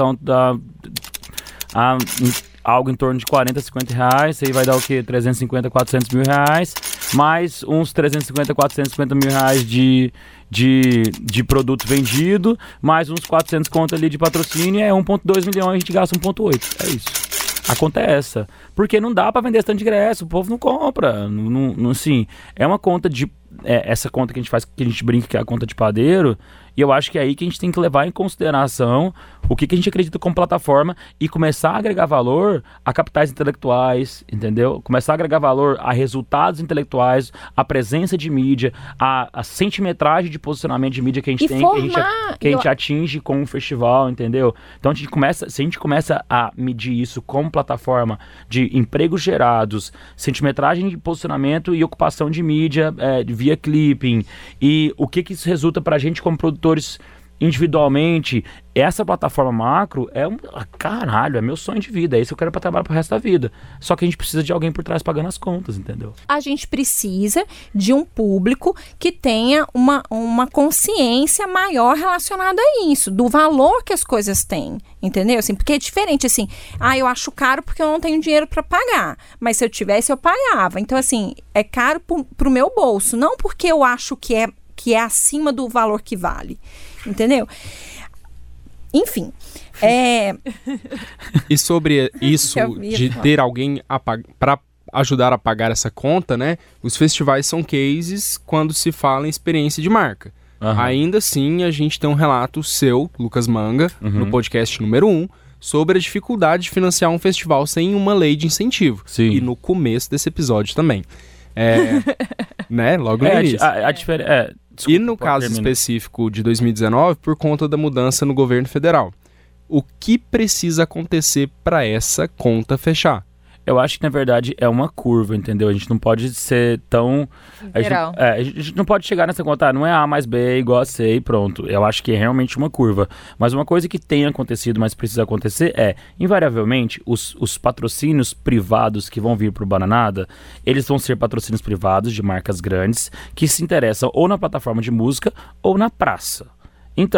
algo em torno de 40, 50 reais. Aí vai dar o quê? 350, 400 mil reais. Mais uns 350, 450 mil reais de produto vendido, mais uns 400 conto ali de patrocínio, 1,2 milhões, a gente gasta 1,8. É isso. A conta é essa. Porque não dá pra vender esse tanto de ingresso, o povo não compra. Não, assim, é uma conta de... essa conta que a gente faz, que a gente brinca que é a conta de padeiro, e eu acho que é aí que a gente tem que levar em consideração o que a gente acredita como plataforma e começar a agregar valor a capitais intelectuais, entendeu? Começar a agregar valor a resultados intelectuais, a presença de mídia, a centimetragem de posicionamento de mídia que a gente tem, que a gente atinge com o festival, entendeu? Então, se a gente começa a medir isso como plataforma de empregos gerados, centimetragem de posicionamento e ocupação de mídia via clipping, e o que isso resulta pra gente como produtores individualmente, essa plataforma macro caralho, é meu sonho de vida, é isso que eu quero pra trabalhar pro resto da vida. Só que a gente precisa de alguém por trás pagando as contas, entendeu? A gente precisa de um público que tenha uma consciência maior relacionada a isso, do valor que as coisas têm, entendeu? Assim, porque é diferente, assim, eu acho caro porque eu não tenho dinheiro para pagar, mas se eu tivesse, eu pagava. Então, assim, é caro pro meu bolso, não porque eu acho que é acima do valor que vale, entendeu? Enfim. E sobre isso de ter alguém para ajudar a pagar essa conta, né? Os festivais são cases quando se fala em experiência de marca. Uhum. Ainda assim, a gente tem um relato seu, Lucas Manga, no podcast número 1, sobre a dificuldade de financiar um festival sem uma lei de incentivo. Sim. E no começo desse episódio também. Né? Logo no início. Desculpa, e no caso específico de 2019, por conta da mudança no governo federal. O que precisa acontecer para essa conta fechar? Eu acho que, na verdade, é uma curva, entendeu? A gente não pode ser tão... A gente não pode chegar nessa conta, não é A mais B é igual a C e pronto. Eu acho que é realmente uma curva. Mas uma coisa que tem acontecido, mas precisa acontecer invariavelmente, os patrocínios privados que vão vir pro Bananada, eles vão ser patrocínios privados de marcas grandes que se interessam ou na plataforma de música ou na praça. Então,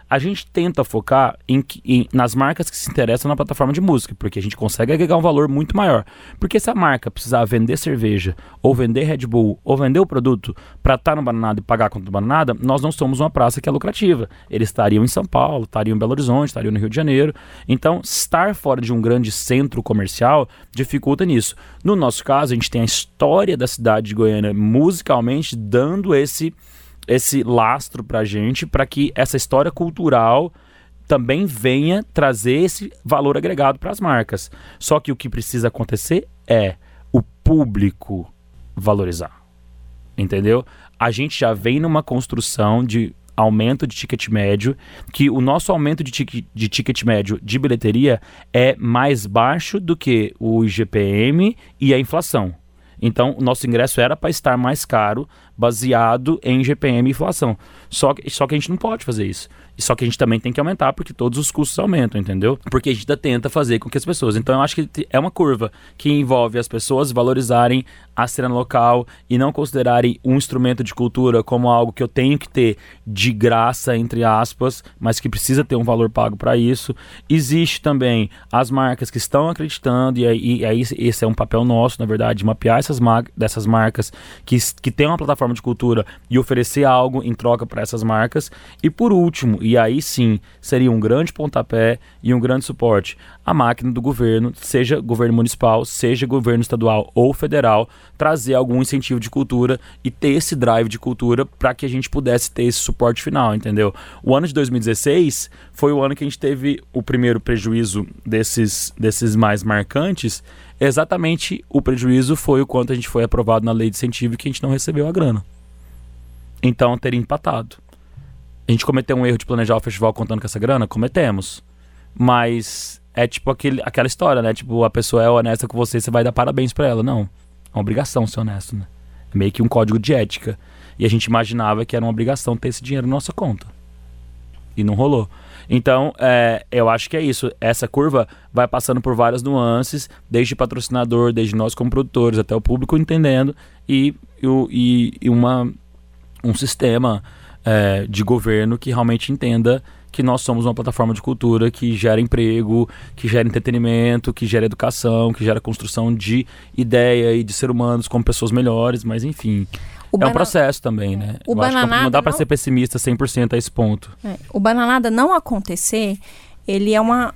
A gente tenta focar nas marcas que se interessam na plataforma de música, porque a gente consegue agregar um valor muito maior. Porque se a marca precisar vender cerveja, ou vender Red Bull, ou vender o produto para estar no Bananada e pagar a conta do Bananada, nós não somos uma praça que é lucrativa. Eles estariam em São Paulo, estariam em Belo Horizonte, estariam no Rio de Janeiro. Então, estar fora de um grande centro comercial dificulta nisso. No nosso caso, a gente tem a história da cidade de Goiânia musicalmente dando esse lastro pra gente, para que essa história cultural também venha trazer esse valor agregado para as marcas. Só que o que precisa acontecer é o público valorizar, entendeu? A gente já vem numa construção de aumento de ticket médio, que o nosso aumento de ticket médio de bilheteria é mais baixo do que o IGPM e a inflação. Então, o nosso ingresso era para estar mais caro, baseado em GPM e inflação. Só que a gente não pode fazer isso. Só que a gente também tem que aumentar, porque todos os custos aumentam, entendeu? Porque a gente tenta fazer com que as pessoas... Então, eu acho que é uma curva que envolve as pessoas valorizarem a cena local e não considerarem um instrumento de cultura como algo que eu tenho que ter de graça, entre aspas, mas que precisa ter um valor pago para isso. Existe também as marcas que estão acreditando, e aí esse é um papel nosso, na verdade, de mapear dessas marcas que têm uma plataforma de cultura e oferecer algo em troca para essas marcas. E por último, e aí sim, seria um grande pontapé e um grande suporte, a máquina do governo, seja governo municipal, seja governo estadual ou federal, trazer algum incentivo de cultura e ter esse drive de cultura para que a gente pudesse ter esse suporte final, entendeu? O ano de 2016 foi o ano que a gente teve o primeiro prejuízo desses mais marcantes. Exatamente, o prejuízo foi o quanto a gente foi aprovado na lei de incentivo e que a gente não recebeu a grana. Então, teria empatado. A gente cometeu um erro de planejar o festival contando com essa grana? Cometemos. Mas é tipo aquela história, né? Tipo, a pessoa é honesta com você vai dar parabéns pra ela. Não. É uma obrigação ser honesto, né? É meio que um código de ética. E a gente imaginava que era uma obrigação ter esse dinheiro na nossa conta. E não rolou. Então, eu acho que é isso. Essa curva vai passando por várias nuances, desde patrocinador, desde nós como produtores, até o público entendendo, e um sistema de governo que realmente entenda que nós somos uma plataforma de cultura que gera emprego, que gera entretenimento, que gera educação, que gera construção de ideia e de ser humanos como pessoas melhores, mas enfim... É um processo também, né? O Bananada não dá para ser pessimista 100% a esse ponto. O Bananada não acontecer, ele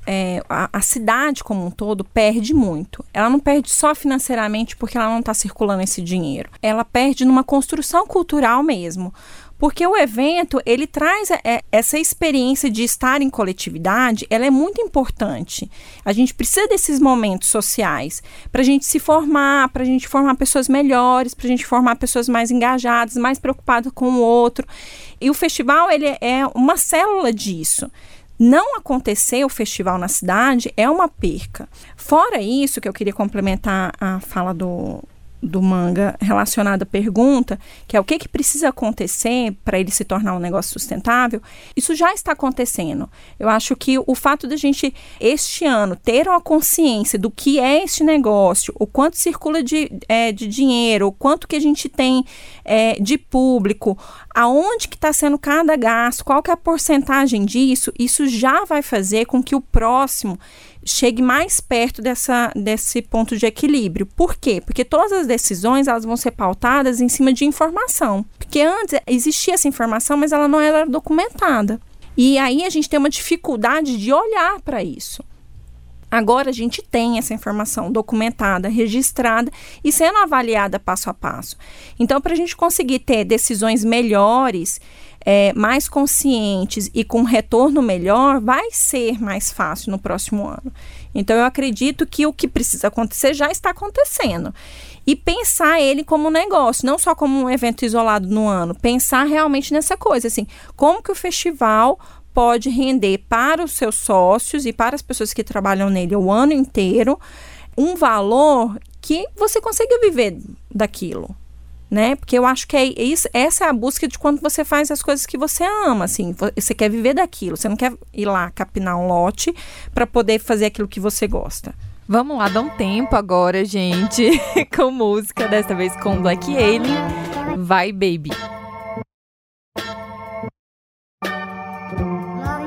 a cidade como um todo perde muito. Ela não perde só financeiramente porque ela não está circulando esse dinheiro. Ela perde numa construção cultural mesmo. Porque o evento, ele traz essa experiência de estar em coletividade, ela é muito importante. A gente precisa desses momentos sociais para a gente se formar, para a gente formar pessoas melhores, para a gente formar pessoas mais engajadas, mais preocupadas com o outro. E o festival, ele é uma célula disso. Não acontecer o festival na cidade é uma perca. Fora isso, que eu queria complementar a fala do Manga relacionado à pergunta, que é o que precisa acontecer para ele se tornar um negócio sustentável, isso já está acontecendo. Eu acho que o fato da gente, este ano, ter uma consciência do que é este negócio, o quanto circula de dinheiro, o quanto que a gente tem de público, aonde que está sendo cada gasto, qual que é a porcentagem disso, isso já vai fazer com que o próximo chegue mais perto desse ponto de equilíbrio. Por quê? Porque todas as decisões elas vão ser pautadas em cima de informação. Porque antes existia essa informação, mas ela não era documentada. E aí a gente tem uma dificuldade de olhar para isso. Agora a gente tem essa informação documentada, registrada e sendo avaliada passo a passo. Então, para a gente conseguir ter decisões melhores, mais conscientes e com retorno melhor, vai ser mais fácil no próximo ano. Então, eu acredito que o que precisa acontecer já está acontecendo. E pensar ele como um negócio, não só como um evento isolado no ano. Pensar realmente nessa coisa, assim, como que o festival pode render para os seus sócios e para as pessoas que trabalham nele o ano inteiro um valor que você consiga viver daquilo, né? Porque eu acho que essa é a busca de quando você faz as coisas que você ama, assim, você quer viver daquilo, você não quer ir lá capinar um lote para poder fazer aquilo que você gosta. Vamos lá, dá um tempo agora, gente, com música, desta vez com Black Alien, Vai Baby.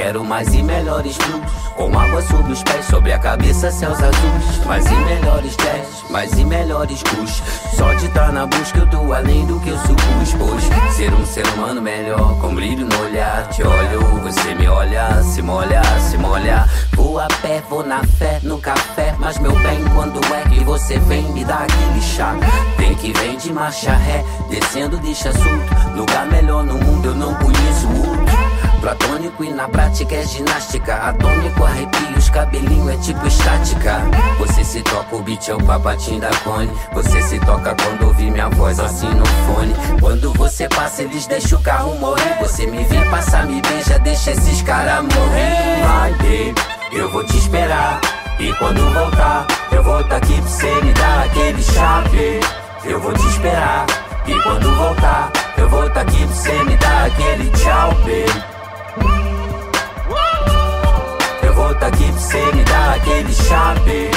quero mais e melhores blues, com água sob os pés, sobre a cabeça céus azuis. Mais e melhores jazz, mais e melhores kush. Só de estar na busca eu tô além do que eu supus. Pois ser um ser humano melhor, com brilho no olhar. Te olho, você me olha, se molha, se molha. Vou a pé, vou na fé, no café. Mas meu bem, quando é que você vem me dar aquele chá? Vem que vem de marcha ré, descendo deixa assunto. Lugar melhor no mundo eu não conheço outro. Platônico e na prática é ginástica. Atômico, arrepio, os cabelinhos é tipo estática. Você se toca, o beat é o papatinho da cone. Você se toca quando ouve minha voz assim no fone. Quando você passa eles deixam o carro morrer. Você me vê passar, me beija, deixa esses caras morrer. Vai, baby, eu vou te esperar. E quando voltar, eu vou tá aqui pra você me dar aquele chave. Eu vou te esperar. E quando voltar, eu vou tá aqui pra você me dar aquele tchau, baby. Eu vou tá aqui pra você me dar aquele chave.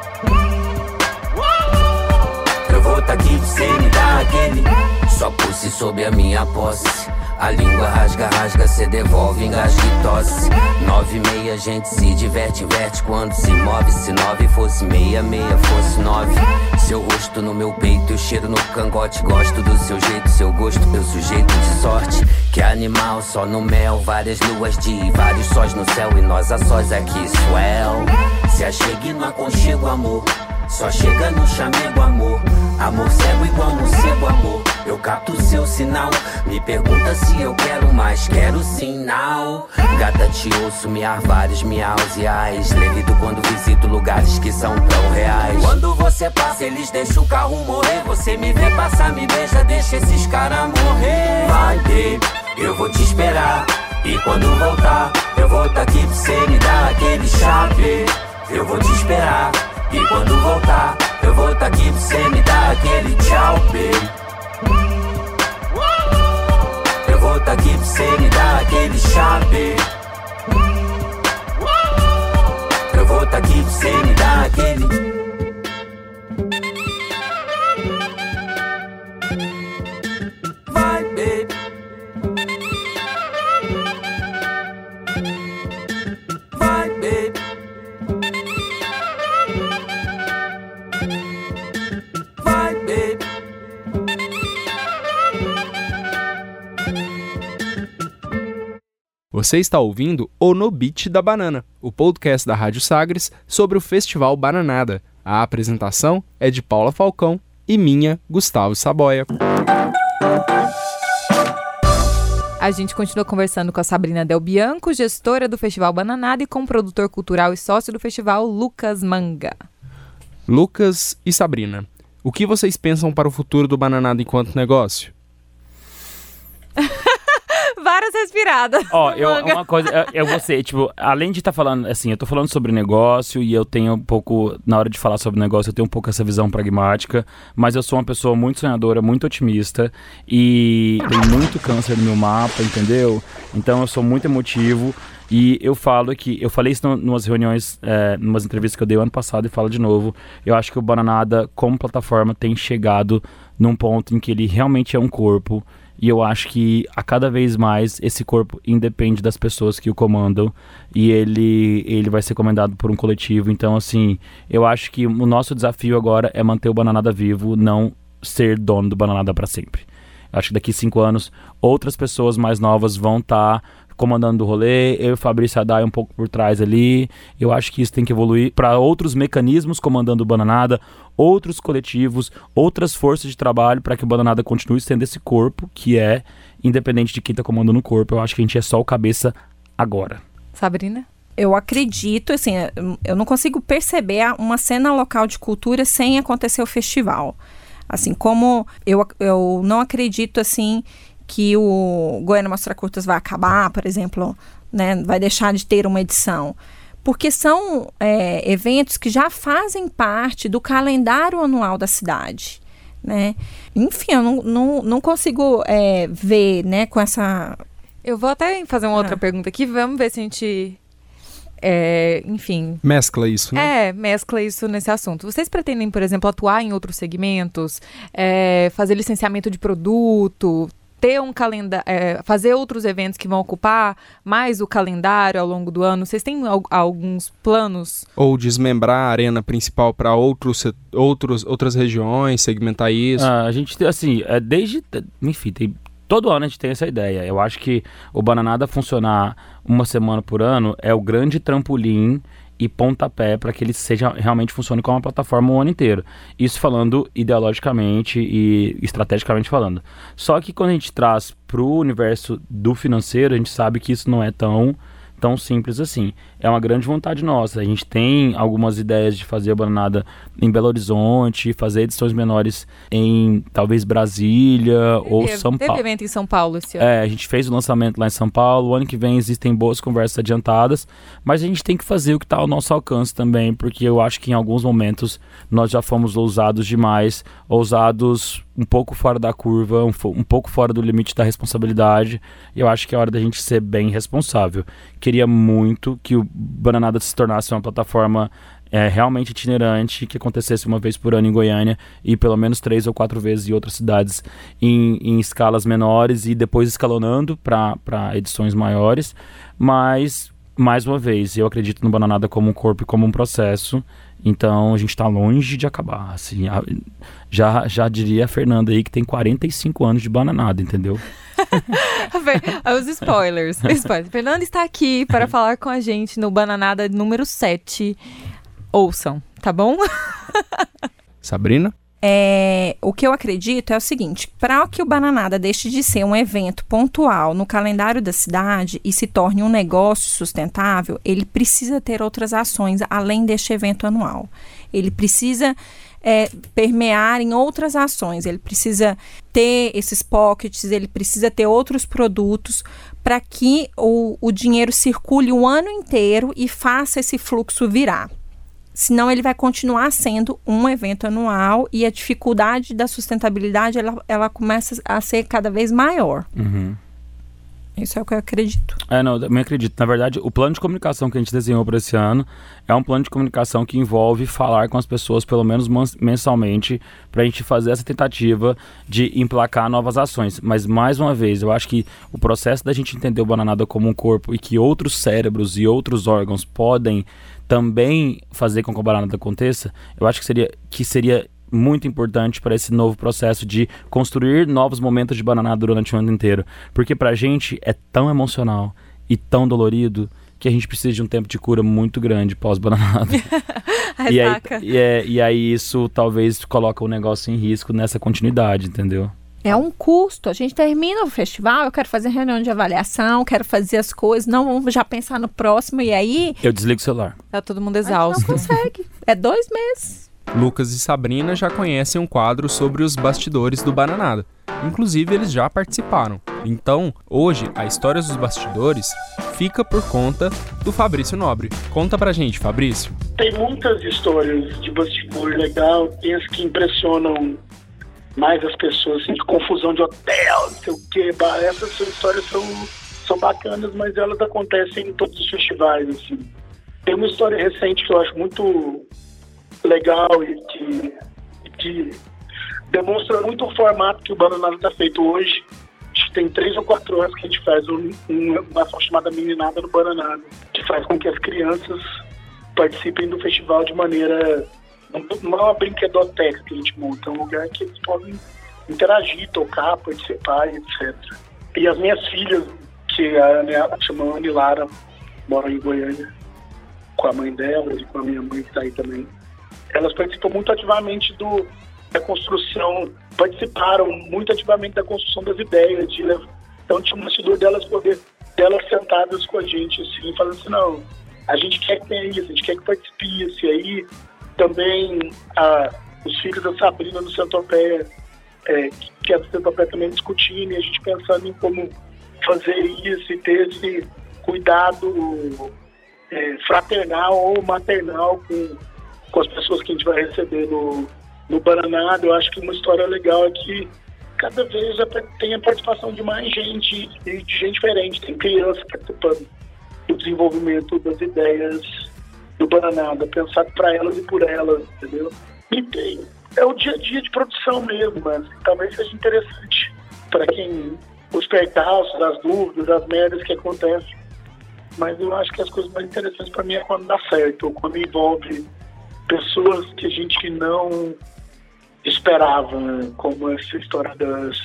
Eu vou tá aqui pra você me dar aquele. Só pulse sob a minha posse. A língua rasga, rasga, cê devolve, engasga e tosse. 9 e meia, a gente se diverte, inverte quando se move. Se 9 fosse meia, meia fosse 9. Seu rosto no meu peito, eu cheiro no cangote. Gosto do seu jeito, seu gosto, meu sujeito de sorte. Que animal, só no mel, várias luas de vários sóis no céu. E nós a sós aqui, swell. Se achegue no aconchego, amor. Só chega no chamego, amor. Amor cego igual morcego, amor. Eu capto o seu sinal. Me pergunta se eu quero mais, quero sinal. Gata, te ouço miar vários miaus e ais. Levido quando visito lugares que são tão reais. Quando você passa, eles deixam o carro morrer. Você me vê passar, me beija, deixa esses caras morrer. Vai, baby, eu vou te esperar. E quando voltar, eu vou tá aqui pra você me dar aquele chave. Eu vou te esperar. E quando voltar, eu vou tá aqui pra você me dar aquele tchau, baby. Eu vou tá aqui pra você me dar aquele chave. Eu vou tá aqui pra você me dar aquele. Vai, baby. Vai, baby. Vai, baby. Você está ouvindo o No Beat da Banana, o podcast da Rádio Sagres sobre o Festival Bananada. A apresentação é de Paula Falcão e minha, Gustavo Saboia. A gente continua conversando com a Sabrina Del Bianco, gestora do Festival Bananada, e com o produtor cultural e sócio do festival, Lucas Manga. Lucas e Sabrina, o que vocês pensam para o futuro do Bananada enquanto negócio? Várias respiradas. Ó, uma coisa, eu vou ser, tipo, além de estar falando, assim, eu tô falando sobre negócio e eu tenho um pouco, na hora de falar sobre negócio, eu tenho um pouco essa visão pragmática, mas eu sou uma pessoa muito sonhadora, muito otimista e tem muito câncer no meu mapa, entendeu? Então eu sou muito emotivo e eu falo que, eu falei isso numas reuniões, numas entrevistas que eu dei ano passado e falo de novo, eu acho que o Bananada, como plataforma, tem chegado num ponto em que ele realmente é um corpo. E eu acho que a cada vez mais esse corpo independe das pessoas que o comandam e ele vai ser comandado por um coletivo. Então, assim, eu acho que o nosso desafio agora é manter o Bananada vivo, não ser dono do Bananada para sempre. Eu acho que daqui 5 anos outras pessoas mais novas vão estar comandando o rolê, eu e o Fabrício Haddad um pouco por trás ali. Eu acho que isso tem que evoluir para outros mecanismos comandando o Bananada, outros coletivos, outras forças de trabalho para que o Bananada continue sendo esse corpo que é independente de quem está comandando o corpo. Eu acho que a gente é só o cabeça agora. Sabrina? Eu acredito, assim, eu não consigo perceber uma cena local de cultura sem acontecer o festival. Assim, como eu não acredito, assim, que o Goiânia Mostra Curtas vai acabar, por exemplo, né, vai deixar de ter uma edição. Porque são eventos que já fazem parte do calendário anual da cidade, né? Enfim, eu não consigo ver, né, com essa... Eu vou até fazer uma outra pergunta aqui, vamos ver se a gente... enfim... Mescla isso, né? Mescla isso nesse assunto. Vocês pretendem, por exemplo, atuar em outros segmentos? Fazer licenciamento de produto? ter um calendário, fazer outros eventos que vão ocupar mais o calendário ao longo do ano? Vocês têm alguns planos? Ou desmembrar a arena principal para outras regiões, segmentar isso? A gente, assim, todo ano a gente tem essa ideia. Eu acho que o Bananada funcionar uma semana por ano é o grande trampolim e pontapé para que ele realmente funcione como uma plataforma o ano inteiro. Isso falando ideologicamente e estrategicamente falando. Só que quando a gente traz para o universo do financeiro, a gente sabe que isso não é tão simples assim. É uma grande vontade nossa. A gente tem algumas ideias de fazer a Bananada em Belo Horizonte, fazer edições menores em talvez Brasília ou São Paulo. Teve evento em São Paulo esse ano. A gente fez o lançamento lá em São Paulo. O ano que vem existem boas conversas adiantadas, mas a gente tem que fazer o que está ao nosso alcance também, porque eu acho que em alguns momentos nós já fomos ousados demais, ousados um pouco fora da curva, um pouco fora do limite da responsabilidade, e eu acho que é hora da gente ser bem responsável. Queria muito que o Bananada se tornasse uma plataforma realmente itinerante, que acontecesse uma vez por ano em Goiânia e pelo menos 3 ou 4 vezes em outras cidades em escalas menores e depois escalonando para edições maiores, mas mais uma vez, eu acredito no Bananada como um corpo e como um processo, então a gente está longe de acabar, assim, já diria a Fernanda aí que tem 45 anos de Bananada, entendeu? Os spoilers. Fernanda está aqui para falar com a gente no Bananada número 7. Ouçam, tá bom? Sabrina? O que eu acredito é o seguinte: para que o Bananada deixe de ser um evento pontual no calendário da cidade e se torne um negócio sustentável, ele precisa ter outras ações além deste evento anual. Ele precisa permear em outras ações, ele precisa ter esses pockets, ele precisa ter outros produtos para que o dinheiro circule o ano inteiro e faça esse fluxo virar. Senão ele vai continuar sendo um evento anual e a dificuldade da sustentabilidade ela começa a ser cada vez maior. Uhum. Isso é o que eu acredito. Eu também acredito. Na verdade, o plano de comunicação que a gente desenhou para esse ano é um plano de comunicação que envolve falar com as pessoas pelo menos mensalmente para a gente fazer essa tentativa de emplacar novas ações. Mas, mais uma vez, eu acho que o processo da gente entender o Bananada como um corpo e que outros cérebros e outros órgãos podem também fazer com que o Bananada aconteça, eu acho que seria muito importante para esse novo processo de construir novos momentos de Bananada durante o ano inteiro. Porque pra gente é tão emocional e tão dolorido que a gente precisa de um tempo de cura muito grande pós-Bananada. e aí isso talvez coloca o negócio em risco nessa continuidade, entendeu? É um custo. A gente termina o festival, eu quero fazer reunião de avaliação, quero fazer as coisas, não vamos já pensar no próximo, e aí... Eu desligo o celular. Tá todo mundo exausto. Não consegue. É 2 meses. Lucas e Sabrina já conhecem um quadro sobre os bastidores do Bananada. Inclusive, eles já participaram. Então, hoje, a história dos bastidores fica por conta do Fabrício Nobre. Conta pra gente, Fabrício. Tem muitas histórias de bastidor legal, tem as que impressionam mais as pessoas, assim, de confusão de hotel, não sei o quê. Essas histórias são bacanas, mas elas acontecem em todos os festivais, assim. Tem uma história recente que eu acho muito legal e que demonstra muito o formato que o Bananada está feito hoje. Acho que tem 3 ou 4 anos que a gente faz uma ação chamada Meninada no Bananada, que faz com que as crianças participem do festival de maneira... Não é uma brinquedoteca que a gente monta, é um lugar que eles podem interagir, tocar, participar, etc. E as minhas filhas, que a chama Ana e Lara, moram em Goiânia, com a mãe delas e com a minha mãe que está aí também. Elas participam muito ativamente da construção, participaram muito ativamente da construção das ideias. Então tinha um bastidor delas sentadas com a gente, assim, falando assim, não, a gente quer que tenha isso, a gente quer que participe isso. E aí também os filhos da Sabrina no Centopeia, que é do Centopeia também discutindo, e a gente pensando em como fazer isso e ter esse cuidado fraternal ou maternal com as pessoas que a gente vai receber no Bananada. Eu acho que uma história legal é que cada vez tem a participação de mais gente, de gente diferente. Tem crianças participando do desenvolvimento das ideias do Bananada, pensado para elas e por elas, entendeu? E é o dia a dia de produção mesmo, mas talvez seja interessante para quem os percalços, as dúvidas, as merdas que acontecem. Mas eu acho que as coisas mais interessantes para mim é quando dá certo, ou quando envolve pessoas que a gente não esperava, como essa história das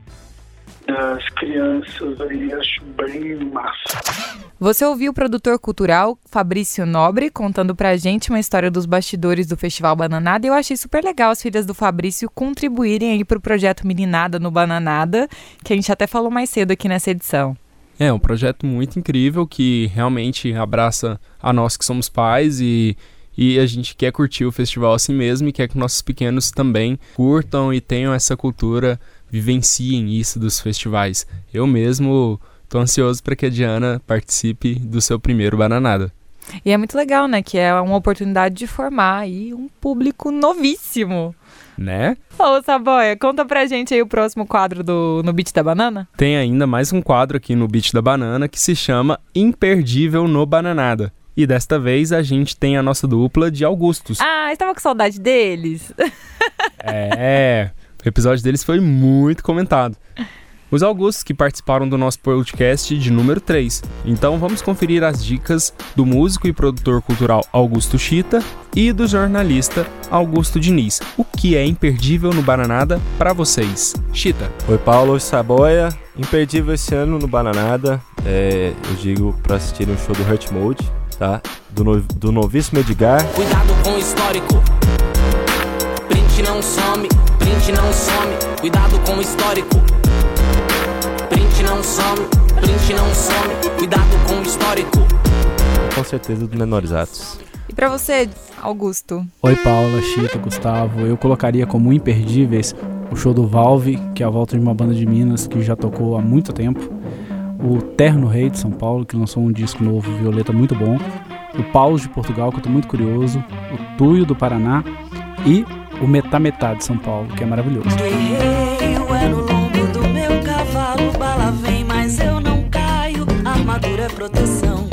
crianças aí, acho bem massa. Você ouviu o produtor cultural Fabrício Nobre contando pra gente uma história dos bastidores do Festival Bananada, e eu achei super legal as filhas do Fabrício contribuírem aí pro projeto Meninada no Bananada, que a gente até falou mais cedo aqui nessa edição. É um projeto muito incrível que realmente abraça a nós que somos pais e a gente quer curtir o festival assim mesmo e quer que nossos pequenos também curtam e tenham essa cultura, vivenciem isso dos festivais. Eu mesmo tô ansioso para que a Diana participe do seu primeiro Bananada. E é muito legal, né? Que é uma oportunidade de formar aí um público novíssimo. Né? Ô, Saboia, conta pra gente aí o próximo quadro no Beat da Banana. Tem ainda mais um quadro aqui no Beat da Banana que se chama Imperdível no Bananada. E desta vez a gente tem a nossa dupla de Augustos. Ah, estava com saudade deles. O episódio deles foi muito comentado. Os Augustos que participaram do nosso podcast de número 3. Então vamos conferir as dicas do músico e produtor cultural Augusto Chita e do jornalista Augusto Diniz. O que é imperdível no Bananada para vocês? Chita. Oi, Paulo, Saboia. Imperdível esse ano no Bananada. Eu digo para assistir um show do Hurt Mode, tá? Do novíssimo Edgar. Cuidado com o histórico. Print não some, print não some. Cuidado com o histórico. Print não some, print não some. Cuidado com o histórico. Com certeza do Menores Atos. E pra você, Augusto? Oi, Paula, Chita, Gustavo. Eu colocaria como imperdíveis o show do Valve, que é a volta de uma banda de Minas que já tocou há muito tempo. O Terno Rei de São Paulo, que lançou um disco novo, Violeta, muito bom. O Paus de Portugal, que eu tô muito curioso. O Tuyo do Paraná. E o Metá Metá de São Paulo, que é maravilhoso. Guerreiro é no lombo do meu cavalo, bala vem, mas eu não caio, armadura é proteção.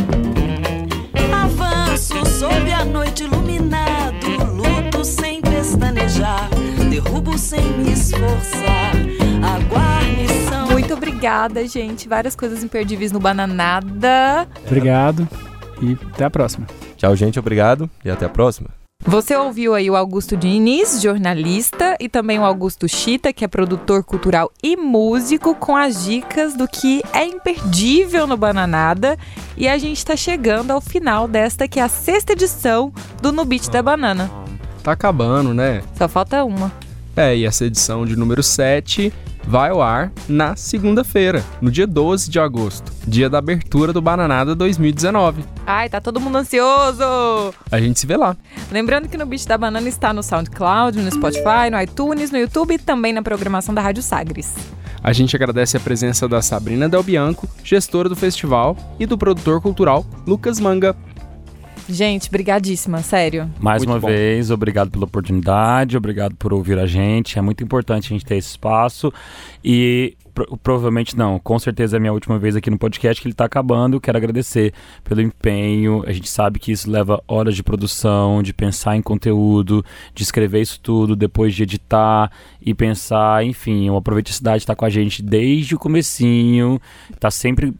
Avanço sob a noite iluminado, luto sem pestanejar, derrubo sem me esforçar, a guarnição. Muito obrigada, gente. Várias coisas imperdíveis no Bananada. Obrigado e até a próxima. Tchau, gente. Obrigado e até a próxima. Você ouviu aí o Augusto Diniz, jornalista, e também o Augusto Chita, que é produtor cultural e músico, com as dicas do que é imperdível no Bananada. E a gente tá chegando ao final desta, que é a 6ª edição do No Beat da Banana. Tá acabando, né? Só falta uma. E essa edição de número 7 vai ao ar na segunda-feira, no dia 12 de agosto, dia da abertura do Bananada 2019. Ai, tá todo mundo ansioso! A gente se vê lá. Lembrando que no Beat da Banana está no SoundCloud, no Spotify, no iTunes, no YouTube e também na programação da Rádio Sagres. A gente agradece a presença da Sabrina Del Bianco, gestora do festival, e do produtor cultural Lucas Manga. Gente, brigadíssima, sério. Mais Muito uma bom. vez, obrigado pela oportunidade, obrigado por ouvir a gente. É muito importante a gente ter esse espaço e provavelmente não, com certeza é a minha última vez aqui no podcast, que ele tá acabando. Quero agradecer pelo empenho. A gente sabe que isso leva horas de produção, de pensar em conteúdo, de escrever isso tudo, depois de editar e pensar, enfim, eu aproveito a cidade de estar com a gente desde o comecinho, tá sempre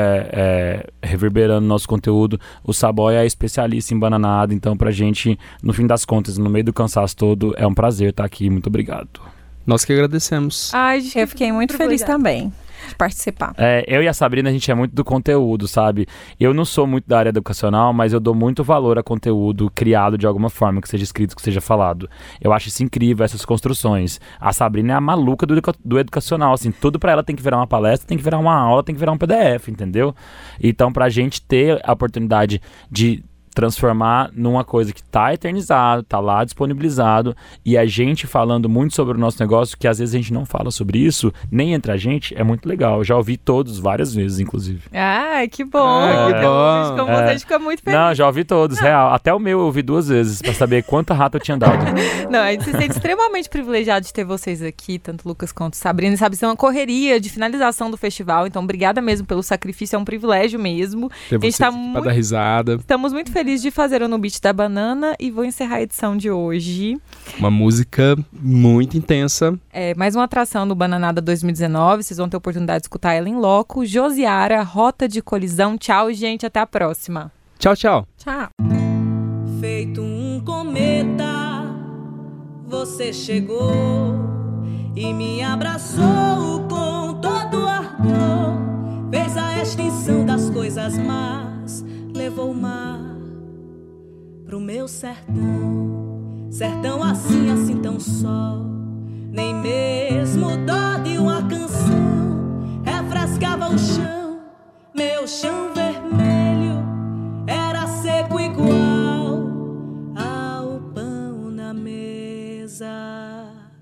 reverberando nosso conteúdo. O Saboia é especialista em Bananada, então pra gente, no fim das contas, no meio do cansaço todo, é um prazer estar aqui. Muito obrigado. Nós que agradecemos. Ai, gente, Eu fiquei muito feliz também de participar. Eu e a Sabrina, a gente é muito do conteúdo, sabe? Eu não sou muito da área educacional, mas eu dou muito valor a conteúdo criado de alguma forma, que seja escrito, que seja falado. Eu acho isso incrível, essas construções. A Sabrina é a maluca do educacional, assim, tudo pra ela tem que virar uma palestra, tem que virar uma aula, tem que virar um PDF, entendeu? Então, pra gente ter a oportunidade de transformar numa coisa que tá eternizado, tá lá disponibilizado, e a gente falando muito sobre o nosso negócio, que às vezes a gente não fala sobre isso, nem entre a gente, é muito legal. Eu já ouvi todos várias vezes, inclusive. Ai, que bom. Ah, que bom. Como você fica muito feliz. Não, já ouvi todos, real. Até o meu eu ouvi 2 vezes, pra saber quanta rata eu tinha dado. Não, a gente se sente extremamente privilegiado de ter vocês aqui, tanto Lucas quanto Sabrina. Sabe, isso é uma correria de finalização do festival, então obrigada mesmo pelo sacrifício, é um privilégio mesmo. Ter A gente vocês aqui pra dar risada. Estamos muito felizes feliz de fazer o No Beat da Banana e vou encerrar a edição de hoje. Uma música muito intensa. Mais uma atração do Bananada 2019. Vocês vão ter a oportunidade de escutar ela em loco. Josiara, Rota de Colisão. Tchau, gente. Até a próxima. Tchau, tchau. Tchau. Feito um cometa, você chegou e me abraçou com todo ardor. Fez a extinção das coisas más, levou o mar pro meu sertão. Sertão assim, assim tão só, nem mesmo dó de uma canção refrescava o chão. Meu chão vermelho era seco igual ao pão na mesa.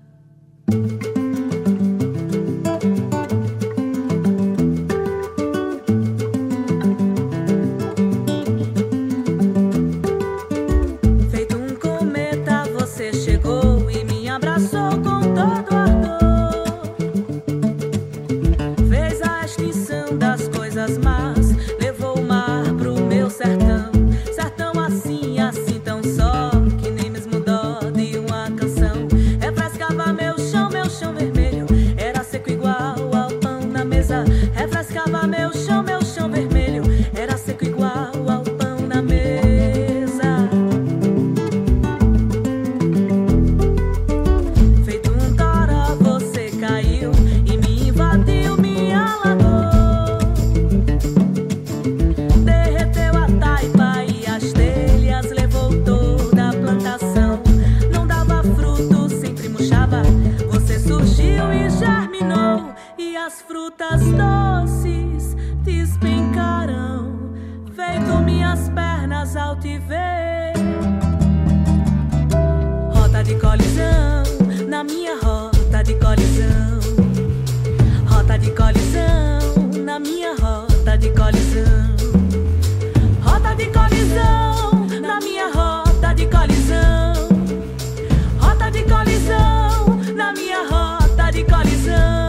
Refrescava meu chão vermelho, era seco igual ao pão na mesa. Feito um toró, você caiu e me invadiu, me alagou. Derreteu a taipa e as telhas, levou toda a plantação. Não dava fruto, sempre murchava. Você surgiu e germinou, e as frutas doces despencaram, feito minhas pernas ao te ver. Rota de colisão, na minha rota de colisão. Rota de colisão, na minha rota de colisão. Rota de colisão, na minha rota de colisão. Rota de colisão, na minha rota de colisão.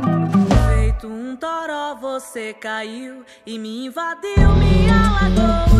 Feito um toró, você caiu e me invadiu, me alagou.